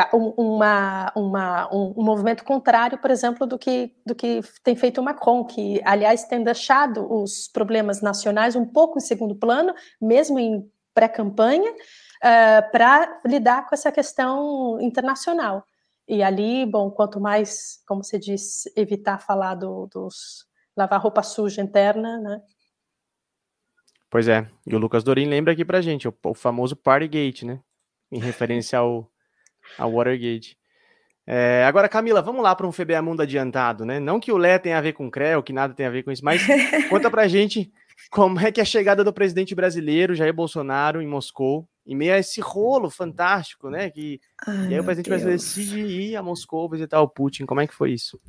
Speaker 3: um movimento contrário, por exemplo, do que tem feito o Macron, que, aliás, tem deixado os problemas nacionais um pouco em segundo plano, mesmo em pré-campanha, para lidar com essa questão internacional. E ali, bom, quanto mais, como você diz, evitar falar dos lavar roupa suja interna, né?
Speaker 1: Pois é, e o Lucas Dorin lembra aqui pra gente, o famoso Partygate, né? Em referência ao Watergate. Agora, Camila, vamos lá para um FBA Mundo adiantado, né? Não que o Lé tenha a ver com o CREA, que nada tem a ver com isso, mas conta pra gente como é que é a chegada do presidente brasileiro, Jair Bolsonaro, em Moscou, em meio a esse rolo fantástico, né? E aí o presidente brasileiro decide ir a Moscou visitar o Putin. Como é que foi isso?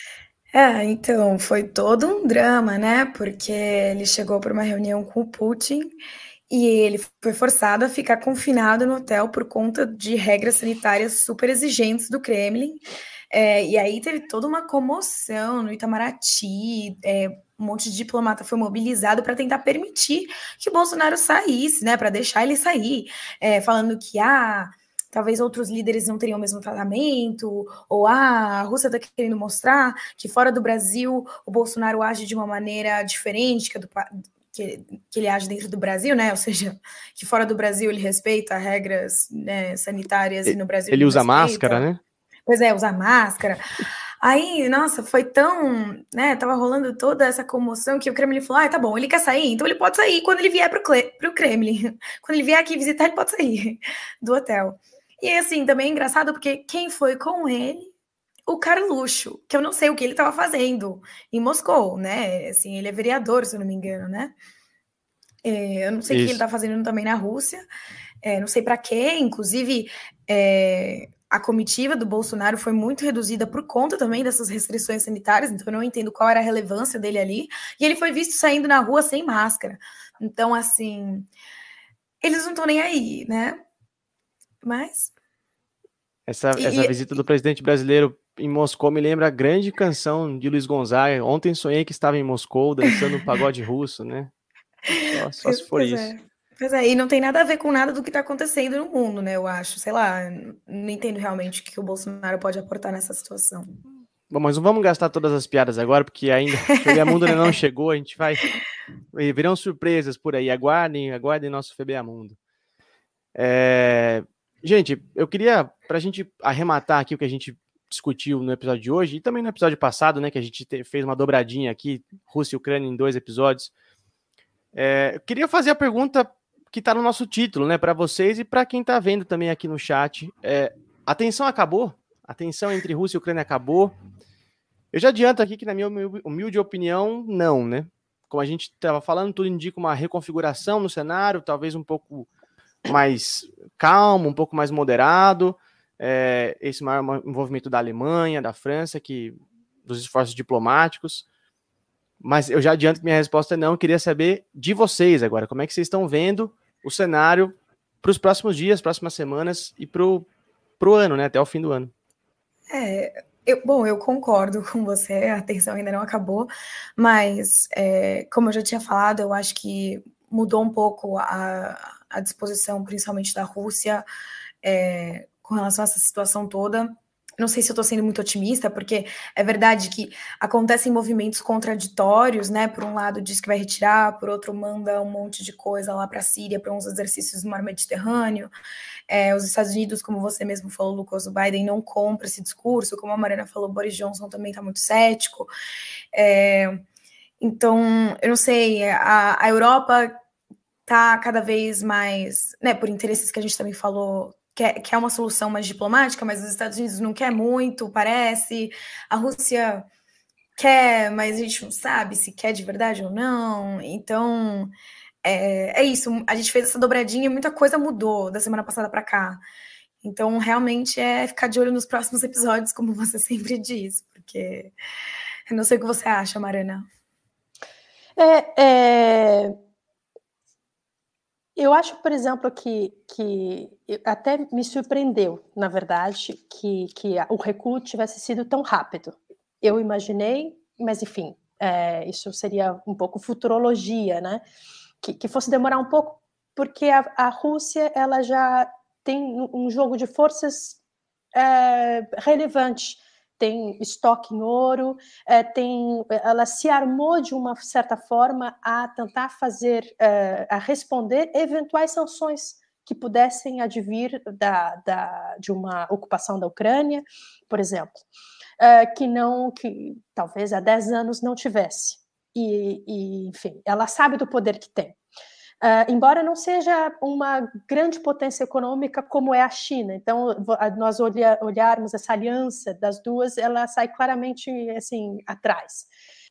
Speaker 2: Então, foi todo um drama, né? Porque ele chegou para uma reunião com o Putin e ele foi forçado a ficar confinado no hotel por conta de regras sanitárias super exigentes do Kremlin. E aí teve toda uma comoção no Itamaraty, um monte de diplomata foi mobilizado para tentar permitir que o Bolsonaro saísse, né? Para deixar ele sair, falando que talvez outros líderes não teriam o mesmo tratamento, ou a Rússia está querendo mostrar que fora do Brasil o Bolsonaro age de uma maneira diferente que ele age dentro do Brasil, né? Ou seja, que fora do Brasil ele respeita regras, né, sanitárias e no Brasil
Speaker 1: ele usa máscara, né?
Speaker 2: Pois usa máscara. Aí, nossa, foi tão, né, tava rolando toda essa comoção que o Kremlin falou, tá bom, ele quer sair, então ele pode sair quando ele vier pro Kremlin. Quando ele vier aqui visitar, ele pode sair do hotel. E assim, também é engraçado porque quem foi com ele? O Carluxo, que eu não sei o que ele estava fazendo em Moscou, né? Assim, ele é vereador, se eu não me engano, né? Eu não sei o que ele está fazendo também na Rússia, não sei para quê, inclusive a comitiva do Bolsonaro foi muito reduzida por conta também dessas restrições sanitárias, então eu não entendo qual era a relevância dele ali, e ele foi visto saindo na rua sem máscara. Então, assim, eles não estão nem aí, né? Mas...
Speaker 1: Essa visita do presidente brasileiro em Moscou me lembra a grande canção de Luiz Gonzaga. Ontem sonhei que estava em Moscou dançando um pagode russo, né? Só se for isso.
Speaker 2: Pois é, e não tem nada a ver com nada do que está acontecendo no mundo, né? Eu acho, sei lá, não entendo realmente o que o Bolsonaro pode aportar nessa situação.
Speaker 1: Bom, mas não vamos gastar todas as piadas agora, porque ainda o FBA Mundo ainda não chegou, a gente vai... Virão surpresas por aí, aguardem nosso FBA Mundo. Gente, eu queria, para a gente arrematar aqui o que a gente discutiu no episódio de hoje, e também no episódio passado, né, que a gente fez uma dobradinha aqui, Rússia e Ucrânia em 2 episódios, eu queria fazer a pergunta que está no nosso título, né, para vocês e para quem está vendo também aqui no chat. A tensão acabou? A tensão entre Rússia e Ucrânia acabou? Eu já adianto aqui que, na minha humilde opinião, não, né? Como a gente estava falando, tudo indica uma reconfiguração no cenário, talvez um pouco mais calmo, um pouco mais moderado, esse maior envolvimento da Alemanha, da França, dos esforços diplomáticos. Mas eu já adianto que minha resposta é não. Eu queria saber de vocês agora, como é que vocês estão vendo o cenário para os próximos dias, próximas semanas e pro ano, né, até o fim do ano.
Speaker 2: Eu concordo com você, a tensão ainda não acabou, mas como eu já tinha falado, eu acho que mudou um pouco a disposição, principalmente da Rússia, com relação a essa situação toda. Não sei se eu estou sendo muito otimista, porque é verdade que acontecem movimentos contraditórios, né? Por um lado diz que vai retirar, por outro manda um monte de coisa lá para a Síria, para uns exercícios no Mar Mediterrâneo. Os Estados Unidos, como você mesmo falou, Lucas, o Biden não compra esse discurso, como a Mariana falou, Boris Johnson também está muito cético. Então, eu não sei, a Europa está cada vez mais, né, por interesses que a gente também falou, quer uma solução mais diplomática, mas os Estados Unidos não quer muito, parece. A Rússia quer, mas a gente não sabe se quer de verdade ou não. Então, é isso. A gente fez essa dobradinha e muita coisa mudou da semana passada para cá. Então, realmente é ficar de olho nos próximos episódios, como você sempre diz, porque eu não sei o que você acha, Mariana.
Speaker 3: Eu acho, por exemplo, que até me surpreendeu, na verdade, que o recuo tivesse sido tão rápido. Eu imaginei, mas enfim, isso seria um pouco futurologia, né? Que fosse demorar um pouco, porque a Rússia ela já tem um jogo de forças relevante. Tem estoque em ouro, ela se armou de uma certa forma a tentar a responder eventuais sanções que pudessem advir de uma ocupação da Ucrânia, por exemplo, que talvez há 10 anos não tivesse. Enfim, ela sabe do poder que tem. Embora não seja uma grande potência econômica como é a China. Então, nós olharmos essa aliança das duas, ela sai claramente assim, atrás.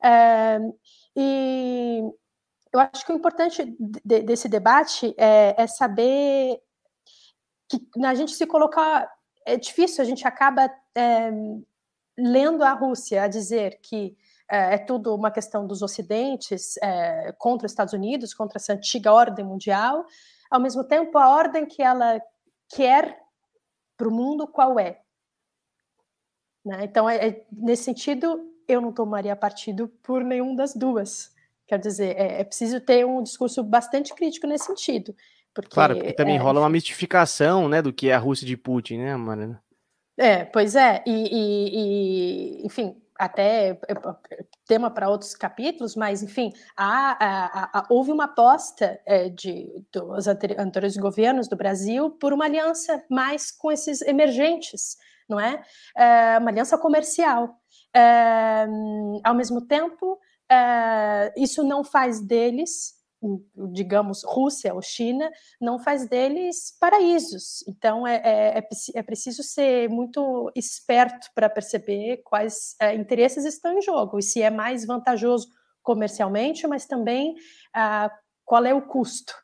Speaker 3: E eu acho que o importante desse debate é saber que a gente se colocar... É difícil, a gente acaba lendo a Rússia a dizer que é tudo uma questão dos ocidentes contra os Estados Unidos, contra essa antiga ordem mundial. Ao mesmo tempo, a ordem que ela quer para o mundo, qual é? Né? Então, nesse sentido, eu não tomaria partido por nenhum das duas. Quer dizer, é preciso ter um discurso bastante crítico nesse sentido.
Speaker 1: Claro, porque também rola uma mistificação, né, do que é a Rússia de Putin, né, Mariana?
Speaker 3: Pois é. Enfim... até tema para outros capítulos, mas, enfim, houve uma aposta dos anteriores governos do Brasil por uma aliança mais com esses emergentes, não é? Uma aliança comercial. Ao mesmo tempo, isso não faz deles, digamos, Rússia ou China, não faz deles paraísos. Então, é preciso ser muito esperto para perceber quais interesses estão em jogo, e se é mais vantajoso comercialmente, mas também qual é o custo.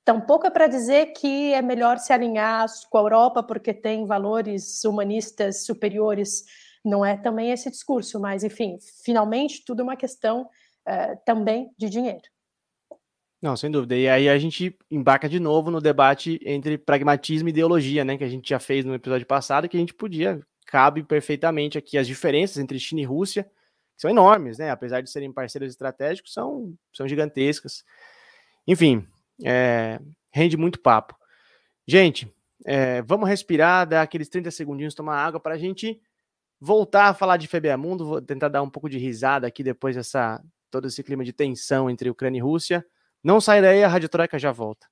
Speaker 3: Tampouco é para dizer que é melhor se alinhar com a Europa porque tem valores humanistas superiores. Não é também esse discurso, mas, enfim, finalmente tudo é uma questão também de dinheiro.
Speaker 1: Não, sem dúvida. E aí a gente embarca de novo no debate entre pragmatismo e ideologia, né? Que a gente já fez no episódio passado, que a gente cabe perfeitamente aqui as diferenças entre China e Rússia, que são enormes, né? Apesar de serem parceiros estratégicos, são gigantescas. Enfim, rende muito papo. Gente, vamos respirar, dar aqueles 30 segundinhos, tomar água para a gente voltar a falar de FEBEAMUNDO. Vou tentar dar um pouco de risada aqui depois dessa todo esse clima de tensão entre Ucrânia e Rússia. Não sai daí, a Rádio Troika já volta.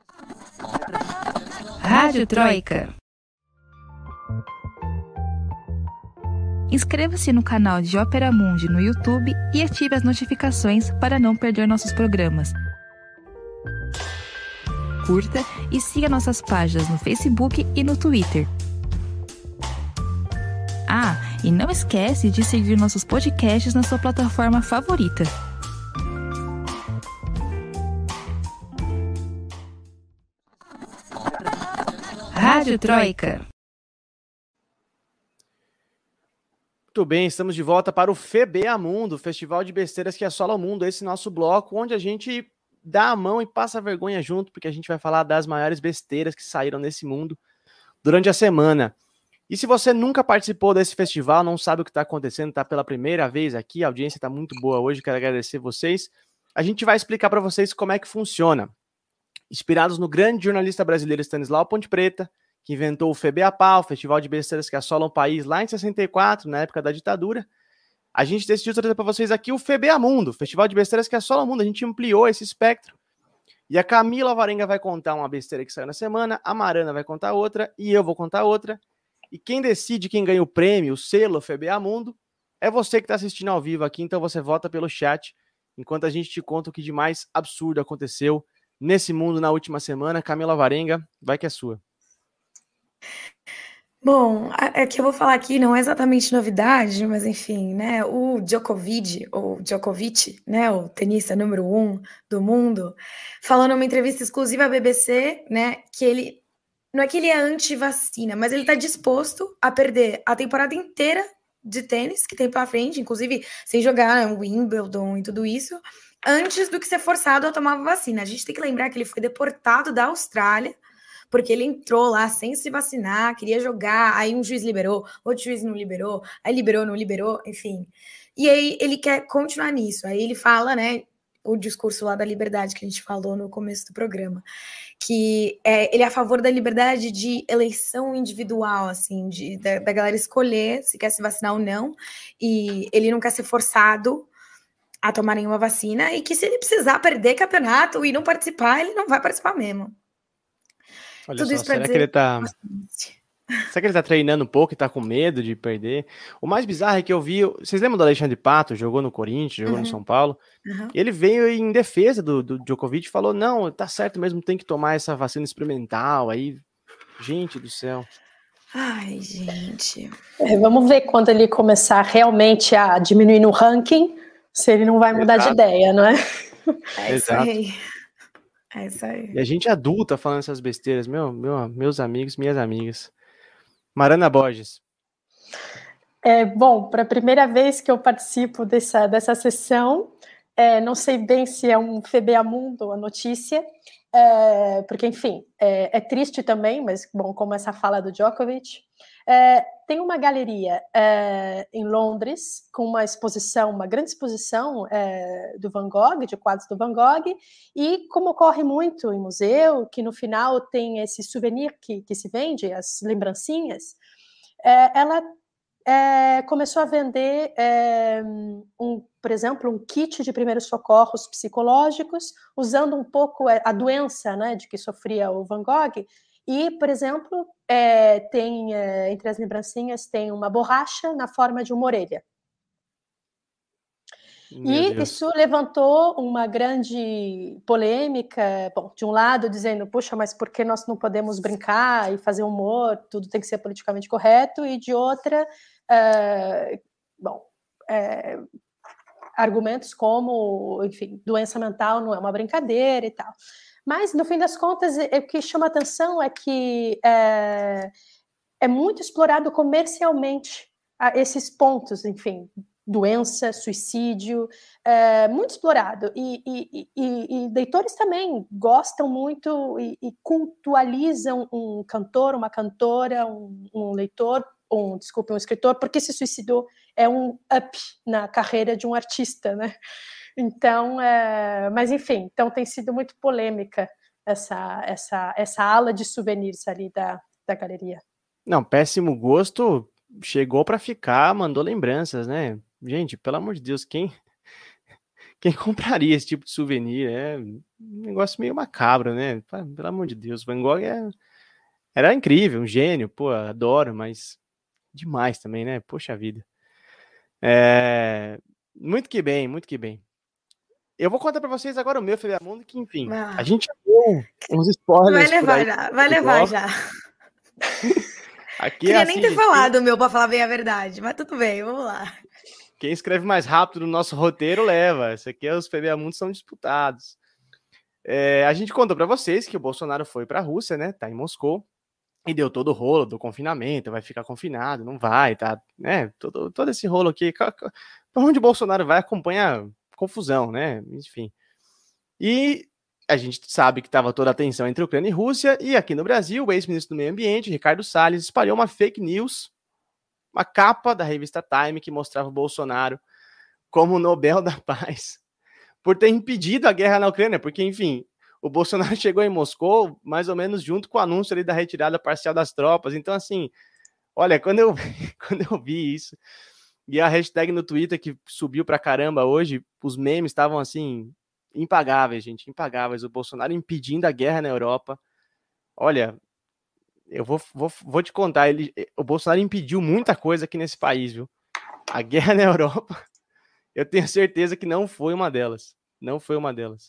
Speaker 4: Rádio Troika. Inscreva-se no canal de Ópera Mundi no YouTube e ative as notificações para não perder nossos programas. Curta e siga nossas páginas no Facebook e no Twitter. Ah, e não esquece de seguir nossos podcasts na sua plataforma favorita. Rádio Troika.
Speaker 1: Muito bem, estamos de volta para o FEBEAMUNDO, Festival de Besteiras que Assola o Mundo, esse nosso bloco onde a gente dá a mão e passa a vergonha junto, porque a gente vai falar das maiores besteiras que saíram nesse mundo durante a semana. E se você nunca participou desse festival, não sabe o que está acontecendo, está pela primeira vez aqui, a audiência está muito boa hoje, quero agradecer vocês. A gente vai explicar para vocês como é que funciona. Inspirados no grande jornalista brasileiro Stanislau Ponte Preta, que inventou o FEBEAPA, o Festival de Besteiras que Assolam o País, lá em 64, na época da ditadura, a gente decidiu trazer para vocês aqui o FEBEAMUNDO, Festival de Besteiras que Assolam o Mundo. A gente ampliou esse espectro. E a Camila Alvarenga vai contar uma besteira que saiu na semana, a Marana vai contar outra, e eu vou contar outra. E quem decide quem ganha o prêmio, o selo FEBEAMUNDO, é você que está assistindo ao vivo aqui, então você vota pelo chat, enquanto a gente te conta o que de mais absurdo aconteceu nesse mundo na última semana. Camila Alvarenga, vai que é sua.
Speaker 2: Bom, é que eu vou falar aqui não é exatamente novidade, mas enfim, né? O Djokovic, né? O tenista número 1 do mundo, falou numa entrevista exclusiva à BBC, né? Que ele não é que ele é anti-vacina, mas ele está disposto a perder a temporada inteira de tênis que tem pela frente, inclusive sem jogar Wimbledon e tudo isso, antes do que ser forçado a tomar a vacina. A gente tem que lembrar que ele foi deportado da Austrália, porque ele entrou lá sem se vacinar, queria jogar, aí um juiz liberou, outro juiz não liberou, aí liberou, não liberou, enfim. E aí ele quer continuar nisso. Aí ele fala, né, o discurso lá da liberdade que a gente falou no começo do programa, que ele é a favor da liberdade de eleição individual, assim, da galera escolher se quer se vacinar ou não, e ele não quer ser forçado a tomar nenhuma vacina, e que se ele precisar perder campeonato e não participar, ele não vai participar mesmo.
Speaker 1: Olha
Speaker 2: Tudo
Speaker 1: só,
Speaker 2: isso pra
Speaker 1: será
Speaker 2: dizer...
Speaker 1: que ele tá... Será que ele tá treinando um pouco e tá com medo de perder? O mais bizarro é que eu vi... Vocês lembram do Alexandre Pato? Jogou no Corinthians, jogou no São Paulo. Ele veio em defesa do Djokovic e falou, não, tá certo mesmo, tem que tomar essa vacina experimental. Aí, gente do céu.
Speaker 2: Ai, gente.
Speaker 3: Vamos ver quando ele começar realmente a diminuir no ranking, se ele não vai mudar de ideia, não é?
Speaker 2: É isso aí. É isso aí.
Speaker 1: E a gente adulta falando essas besteiras, meus amigos, minhas amigas. Marana Borges.
Speaker 3: Bom, para a primeira vez que eu participo dessa sessão, não sei bem se é um FEBEAMUNDO a notícia, porque, enfim, é triste também, mas, bom, como essa fala do Djokovic. Tem uma galeria em Londres com uma grande exposição do Van Gogh, de quadros do Van Gogh, e como ocorre muito em museu, que no final tem esse souvenir que se vende, as lembrancinhas, ela começou a vender, por exemplo, um kit de primeiros socorros psicológicos, usando um pouco a doença, né, de que sofria o Van Gogh. E, por exemplo, tem entre as lembrancinhas tem uma borracha na forma de uma orelha. E isso levantou uma grande polêmica, bom, de um lado dizendo, puxa, mas por que nós não podemos brincar e fazer humor, tudo tem que ser politicamente correto, e de outra, argumentos como, enfim, doença mental não é uma brincadeira e tal. Mas, no fim das contas, o que chama atenção é que é muito explorado comercialmente esses pontos, enfim, doença, suicídio, muito explorado. E leitores também gostam muito e cultualizam um cantor, uma cantora, um leitor, um escritor, porque se suicidou, é um up na carreira de um artista, né? Então, mas enfim, então tem sido muito polêmica essa ala de souvenirs ali da galeria.
Speaker 1: Não, péssimo gosto chegou para ficar, mandou lembranças, né? Gente, pelo amor de Deus, quem compraria esse tipo de souvenir? É um negócio meio macabro, né? Pelo amor de Deus, Van Gogh era incrível, um gênio, pô, adoro, mas demais também, né? Poxa vida. Muito que bem, muito que bem. Eu vou contar para vocês agora o meu Febeamundo, que enfim, a gente deu uns spoilers.
Speaker 2: Vai levar já.
Speaker 1: Aqui
Speaker 2: Queria
Speaker 1: assim,
Speaker 2: nem ter falado o meu para falar bem a verdade, mas tudo bem, vamos lá.
Speaker 1: Quem escreve mais rápido no nosso roteiro leva. Esse aqui, os Febeamundos são disputados. A gente contou para vocês que o Bolsonaro foi para a Rússia, né? Tá em Moscou. E deu todo o rolo do confinamento, vai ficar confinado, não vai, tá? Né? Todo esse rolo aqui. Para onde o Bolsonaro vai, acompanha confusão, né? Enfim. E a gente sabe que estava toda a tensão entre Ucrânia e Rússia, e aqui no Brasil, o ex-ministro do Meio Ambiente, Ricardo Salles, espalhou uma fake news, uma capa da revista Time que mostrava o Bolsonaro como Nobel da Paz, por ter impedido a guerra na Ucrânia, porque, enfim, o Bolsonaro chegou em Moscou mais ou menos junto com o anúncio ali da retirada parcial das tropas. Então, assim, olha, quando eu vi isso, e a hashtag no Twitter que subiu pra caramba hoje, os memes estavam, assim, impagáveis, gente, impagáveis. O Bolsonaro impedindo a guerra na Europa. Olha, eu vou te contar, o Bolsonaro impediu muita coisa aqui nesse país, viu? A guerra na Europa, eu tenho certeza que não foi uma delas. Não foi uma delas.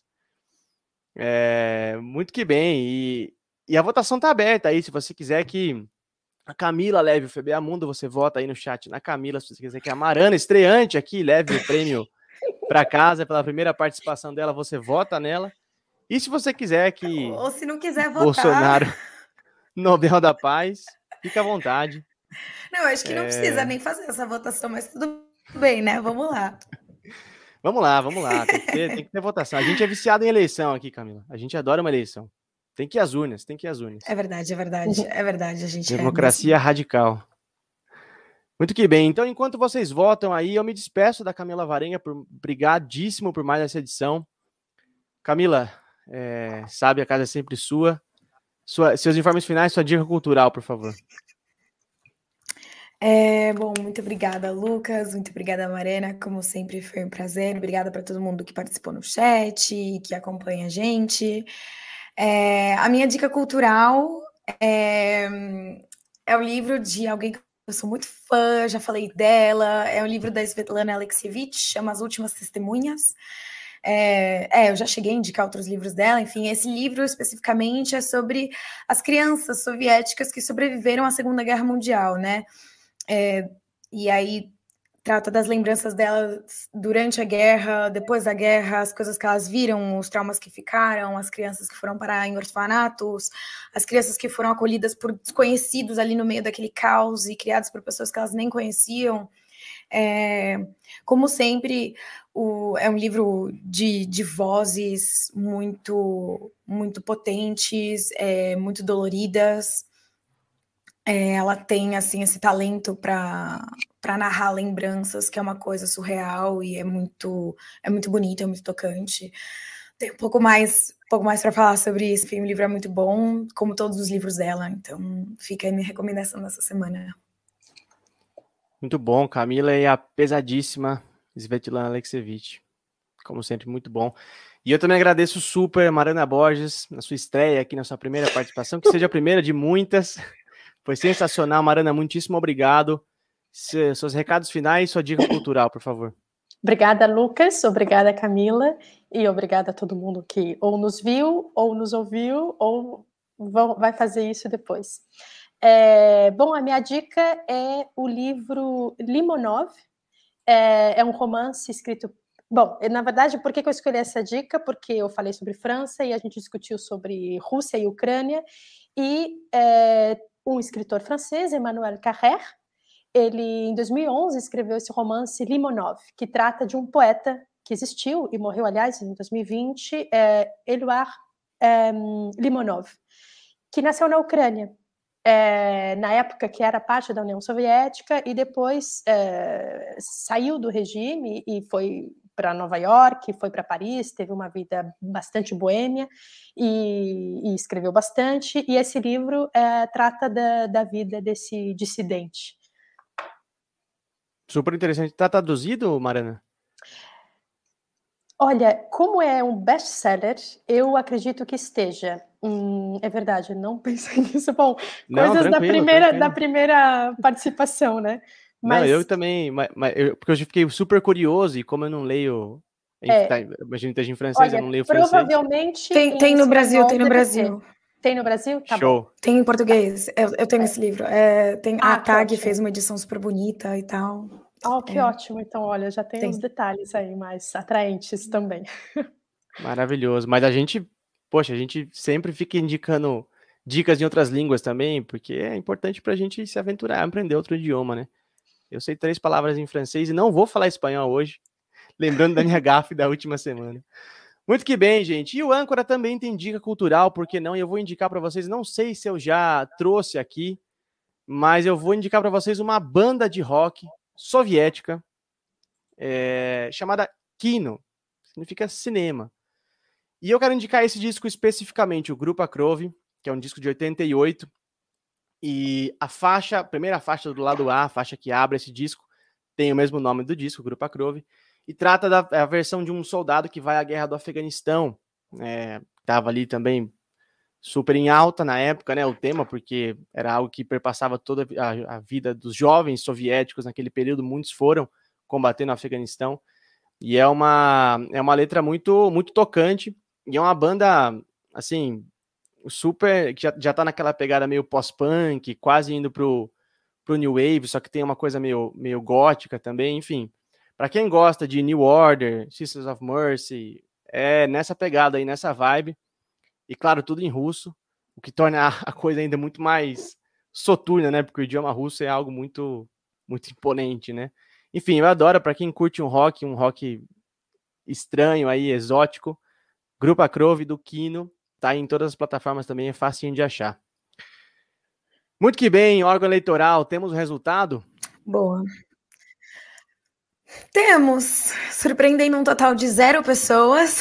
Speaker 1: Muito que bem. E a votação tá aberta aí, se você quiser que a Camila leve o Febeamundo, você vota aí no chat na Camila, se você quiser que a Marana, estreante aqui, leve o prêmio para casa pela primeira participação dela, você vota nela. E se você quiser que
Speaker 2: ou se não quiser votar,
Speaker 1: Bolsonaro Nobel da Paz, fica à vontade.
Speaker 2: Não, acho que não precisa nem fazer essa votação, mas tudo bem, né? Vamos lá.
Speaker 1: Vamos lá. Tem que ter votação. A gente é viciado em eleição aqui, Camila. A gente adora uma eleição. Tem que ir às urnas.
Speaker 2: É verdade. A gente
Speaker 1: Democracia radical. Muito que bem. Então, enquanto vocês votam aí, eu me despeço da Camila Varenga, brigadíssimo por mais essa edição. Camila, sabe, a casa é sempre sua. Seus informes finais, sua dica cultural, por favor.
Speaker 2: Bom, muito obrigada, Lucas, muito obrigada, Marana, como sempre foi um prazer, obrigada para todo mundo que participou no chat, que acompanha a gente. A minha dica cultural é o livro de alguém que eu sou muito fã, já falei dela, é um livro da Svetlana Alexievich, chama As Últimas Testemunhas. Eu já cheguei a indicar outros livros dela, enfim, esse livro especificamente é sobre as crianças soviéticas que sobreviveram à Segunda Guerra Mundial, né? E aí trata das lembranças delas durante a guerra, depois da guerra, as coisas que elas viram, os traumas que ficaram, as crianças que foram parar em orfanatos, as crianças que foram acolhidas por desconhecidos ali no meio daquele caos e criadas por pessoas que elas nem conheciam. Como sempre, é um livro de vozes muito, muito potentes, muito doloridas. Ela tem assim esse talento para narrar lembranças, que é uma coisa surreal e é muito bonito, é muito tocante. Tem um pouco mais para falar sobre isso. Enfim, o livro é muito bom, como todos os livros dela. Então, fica aí minha recomendação dessa semana.
Speaker 1: Muito bom, Camila, e a pesadíssima Svetlana Alexievich. Como sempre, muito bom. E eu também agradeço super a Marana Borges, na sua estreia aqui, na sua primeira participação, que seja a primeira de muitas. Foi sensacional, Marana, muitíssimo obrigado. Seus recados finais, sua dica cultural, por favor.
Speaker 3: Obrigada, Lucas, obrigada, Camila, e obrigada a todo mundo que ou nos viu, ou nos ouviu, ou vai fazer isso depois. Bom, a minha dica é o livro Limonov, é um romance escrito Bom, na verdade, por que eu escolhi essa dica? Porque eu falei sobre França e a gente discutiu sobre Rússia e Ucrânia, e um escritor francês, Emmanuel Carrère, ele, em 2011, escreveu esse romance Limonov, que trata de um poeta que existiu e morreu, aliás, em 2020, Eduard Limonov, que nasceu na Ucrânia, na época que era parte da União Soviética, e depois saiu do regime e foi para Nova York, foi para Paris, teve uma vida bastante boêmia e escreveu bastante, e esse livro trata da vida desse dissidente.
Speaker 1: Super interessante. Está traduzido, Mariana?
Speaker 3: Olha, como é um best-seller, eu acredito que esteja. É verdade, não pensei nisso. Bom,
Speaker 1: não,
Speaker 3: coisas da primeira participação, né?
Speaker 1: Mas... Não, eu também, porque eu fiquei super curioso, e como eu não leio, imagina que esteja em francês,
Speaker 3: olha,
Speaker 1: eu não leio
Speaker 3: provavelmente
Speaker 1: francês.
Speaker 2: Tem no Brasil, tem no Brasil.
Speaker 3: Tem no Brasil? Tá
Speaker 1: Show.
Speaker 3: Bom.
Speaker 2: Tem em português, eu tenho esse livro. A TAG fez uma edição super bonita e tal.
Speaker 3: Que ótimo, então olha, já tem uns detalhes aí mais atraentes também.
Speaker 1: Maravilhoso, mas a gente sempre fica indicando dicas em outras línguas também, porque é importante pra gente se aventurar, aprender outro idioma, né? Eu sei 3 palavras em francês e não vou falar espanhol hoje, lembrando da minha gafe da última semana. Muito que bem, gente. E o Âncora também tem dica cultural, por que não? E eu vou indicar para vocês, não sei se eu já trouxe aqui, mas eu vou indicar para vocês uma banda de rock soviética chamada Kino, significa cinema. E eu quero indicar esse disco especificamente, o Grupa Krov, que é um disco de 88, e a primeira faixa do lado A, a faixa que abre esse disco, tem o mesmo nome do disco, Grupa Krov, e trata da versão de um soldado que vai à guerra do Afeganistão. Estava ali também super em alta na época, né, o tema, porque era algo que perpassava toda a vida dos jovens soviéticos naquele período, muitos foram combater no Afeganistão, e é uma letra muito, muito tocante, e é uma banda, assim, super, que já tá naquela pegada meio pós-punk, quase indo pro New Wave, só que tem uma coisa meio gótica também, enfim. Para quem gosta de New Order, Sisters of Mercy, nessa pegada aí, nessa vibe, e claro, tudo em russo, o que torna a coisa ainda muito mais soturna, né, porque o idioma russo é algo muito, muito imponente, né. Enfim, eu adoro, para quem curte um rock estranho aí, exótico, Grupa Krov do Kino, tá em todas as plataformas também, é facinho de achar. Muito que bem, órgão eleitoral, temos o resultado?
Speaker 2: Boa. Temos, surpreendendo um total de 0 pessoas.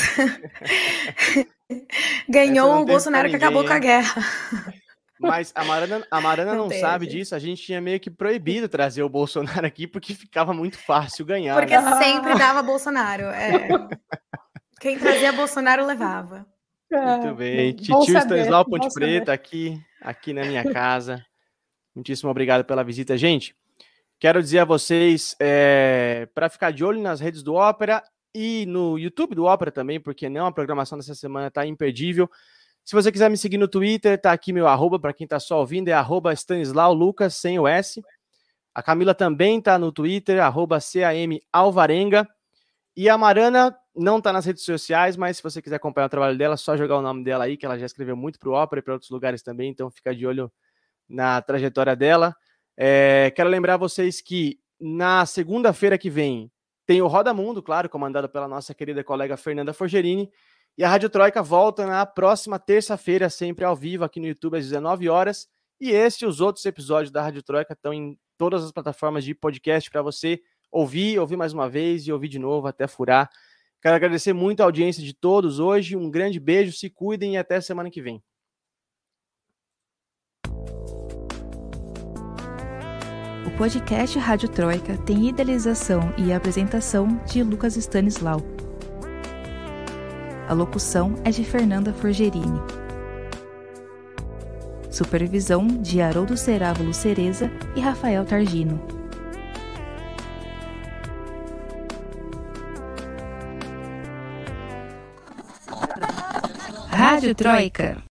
Speaker 2: Ganhou o Bolsonaro que acabou com a guerra.
Speaker 1: Mas a Mariana não sabe disso, a gente tinha meio que proibido trazer o Bolsonaro aqui, porque ficava muito fácil ganhar.
Speaker 2: Porque sempre dava Bolsonaro. Quem trazia Bolsonaro levava.
Speaker 1: Muito bem. Titio Stanislau Ponte Preta aqui na minha casa. Muitíssimo obrigado pela visita, gente. Quero dizer a vocês para ficar de olho nas redes do Ópera e no YouTube do Ópera também, porque não, a programação dessa semana está imperdível. Se você quiser me seguir no Twitter, tá aqui meu arroba, para quem está só ouvindo, é @Stanislau_Lucas, sem o S. A Camila também está no Twitter, @CAMAlvarenga. E a Mariana não está nas redes sociais, mas se você quiser acompanhar o trabalho dela, é só jogar o nome dela aí, que ela já escreveu muito para o Ópera e para outros lugares também, então fica de olho na trajetória dela. Quero lembrar vocês que na segunda-feira que vem tem o Roda Mundo, claro, comandado pela nossa querida colega Fernanda Forgerini, e a Rádio Troika volta na próxima terça-feira, sempre ao vivo aqui no YouTube às 19 horas, e este e os outros episódios da Rádio Troika estão em todas as plataformas de podcast para você ouvir mais uma vez e ouvir de novo até furar. Quero agradecer muito a audiência de todos hoje, um grande beijo, se cuidem e até semana que vem.
Speaker 4: O podcast Rádio Troika tem idealização e apresentação de Lucas Stanislau. A locução é de Fernanda Forgerini. Supervisão de Haroldo Cerávulo Cereza e Rafael Targino. Rádio Troika.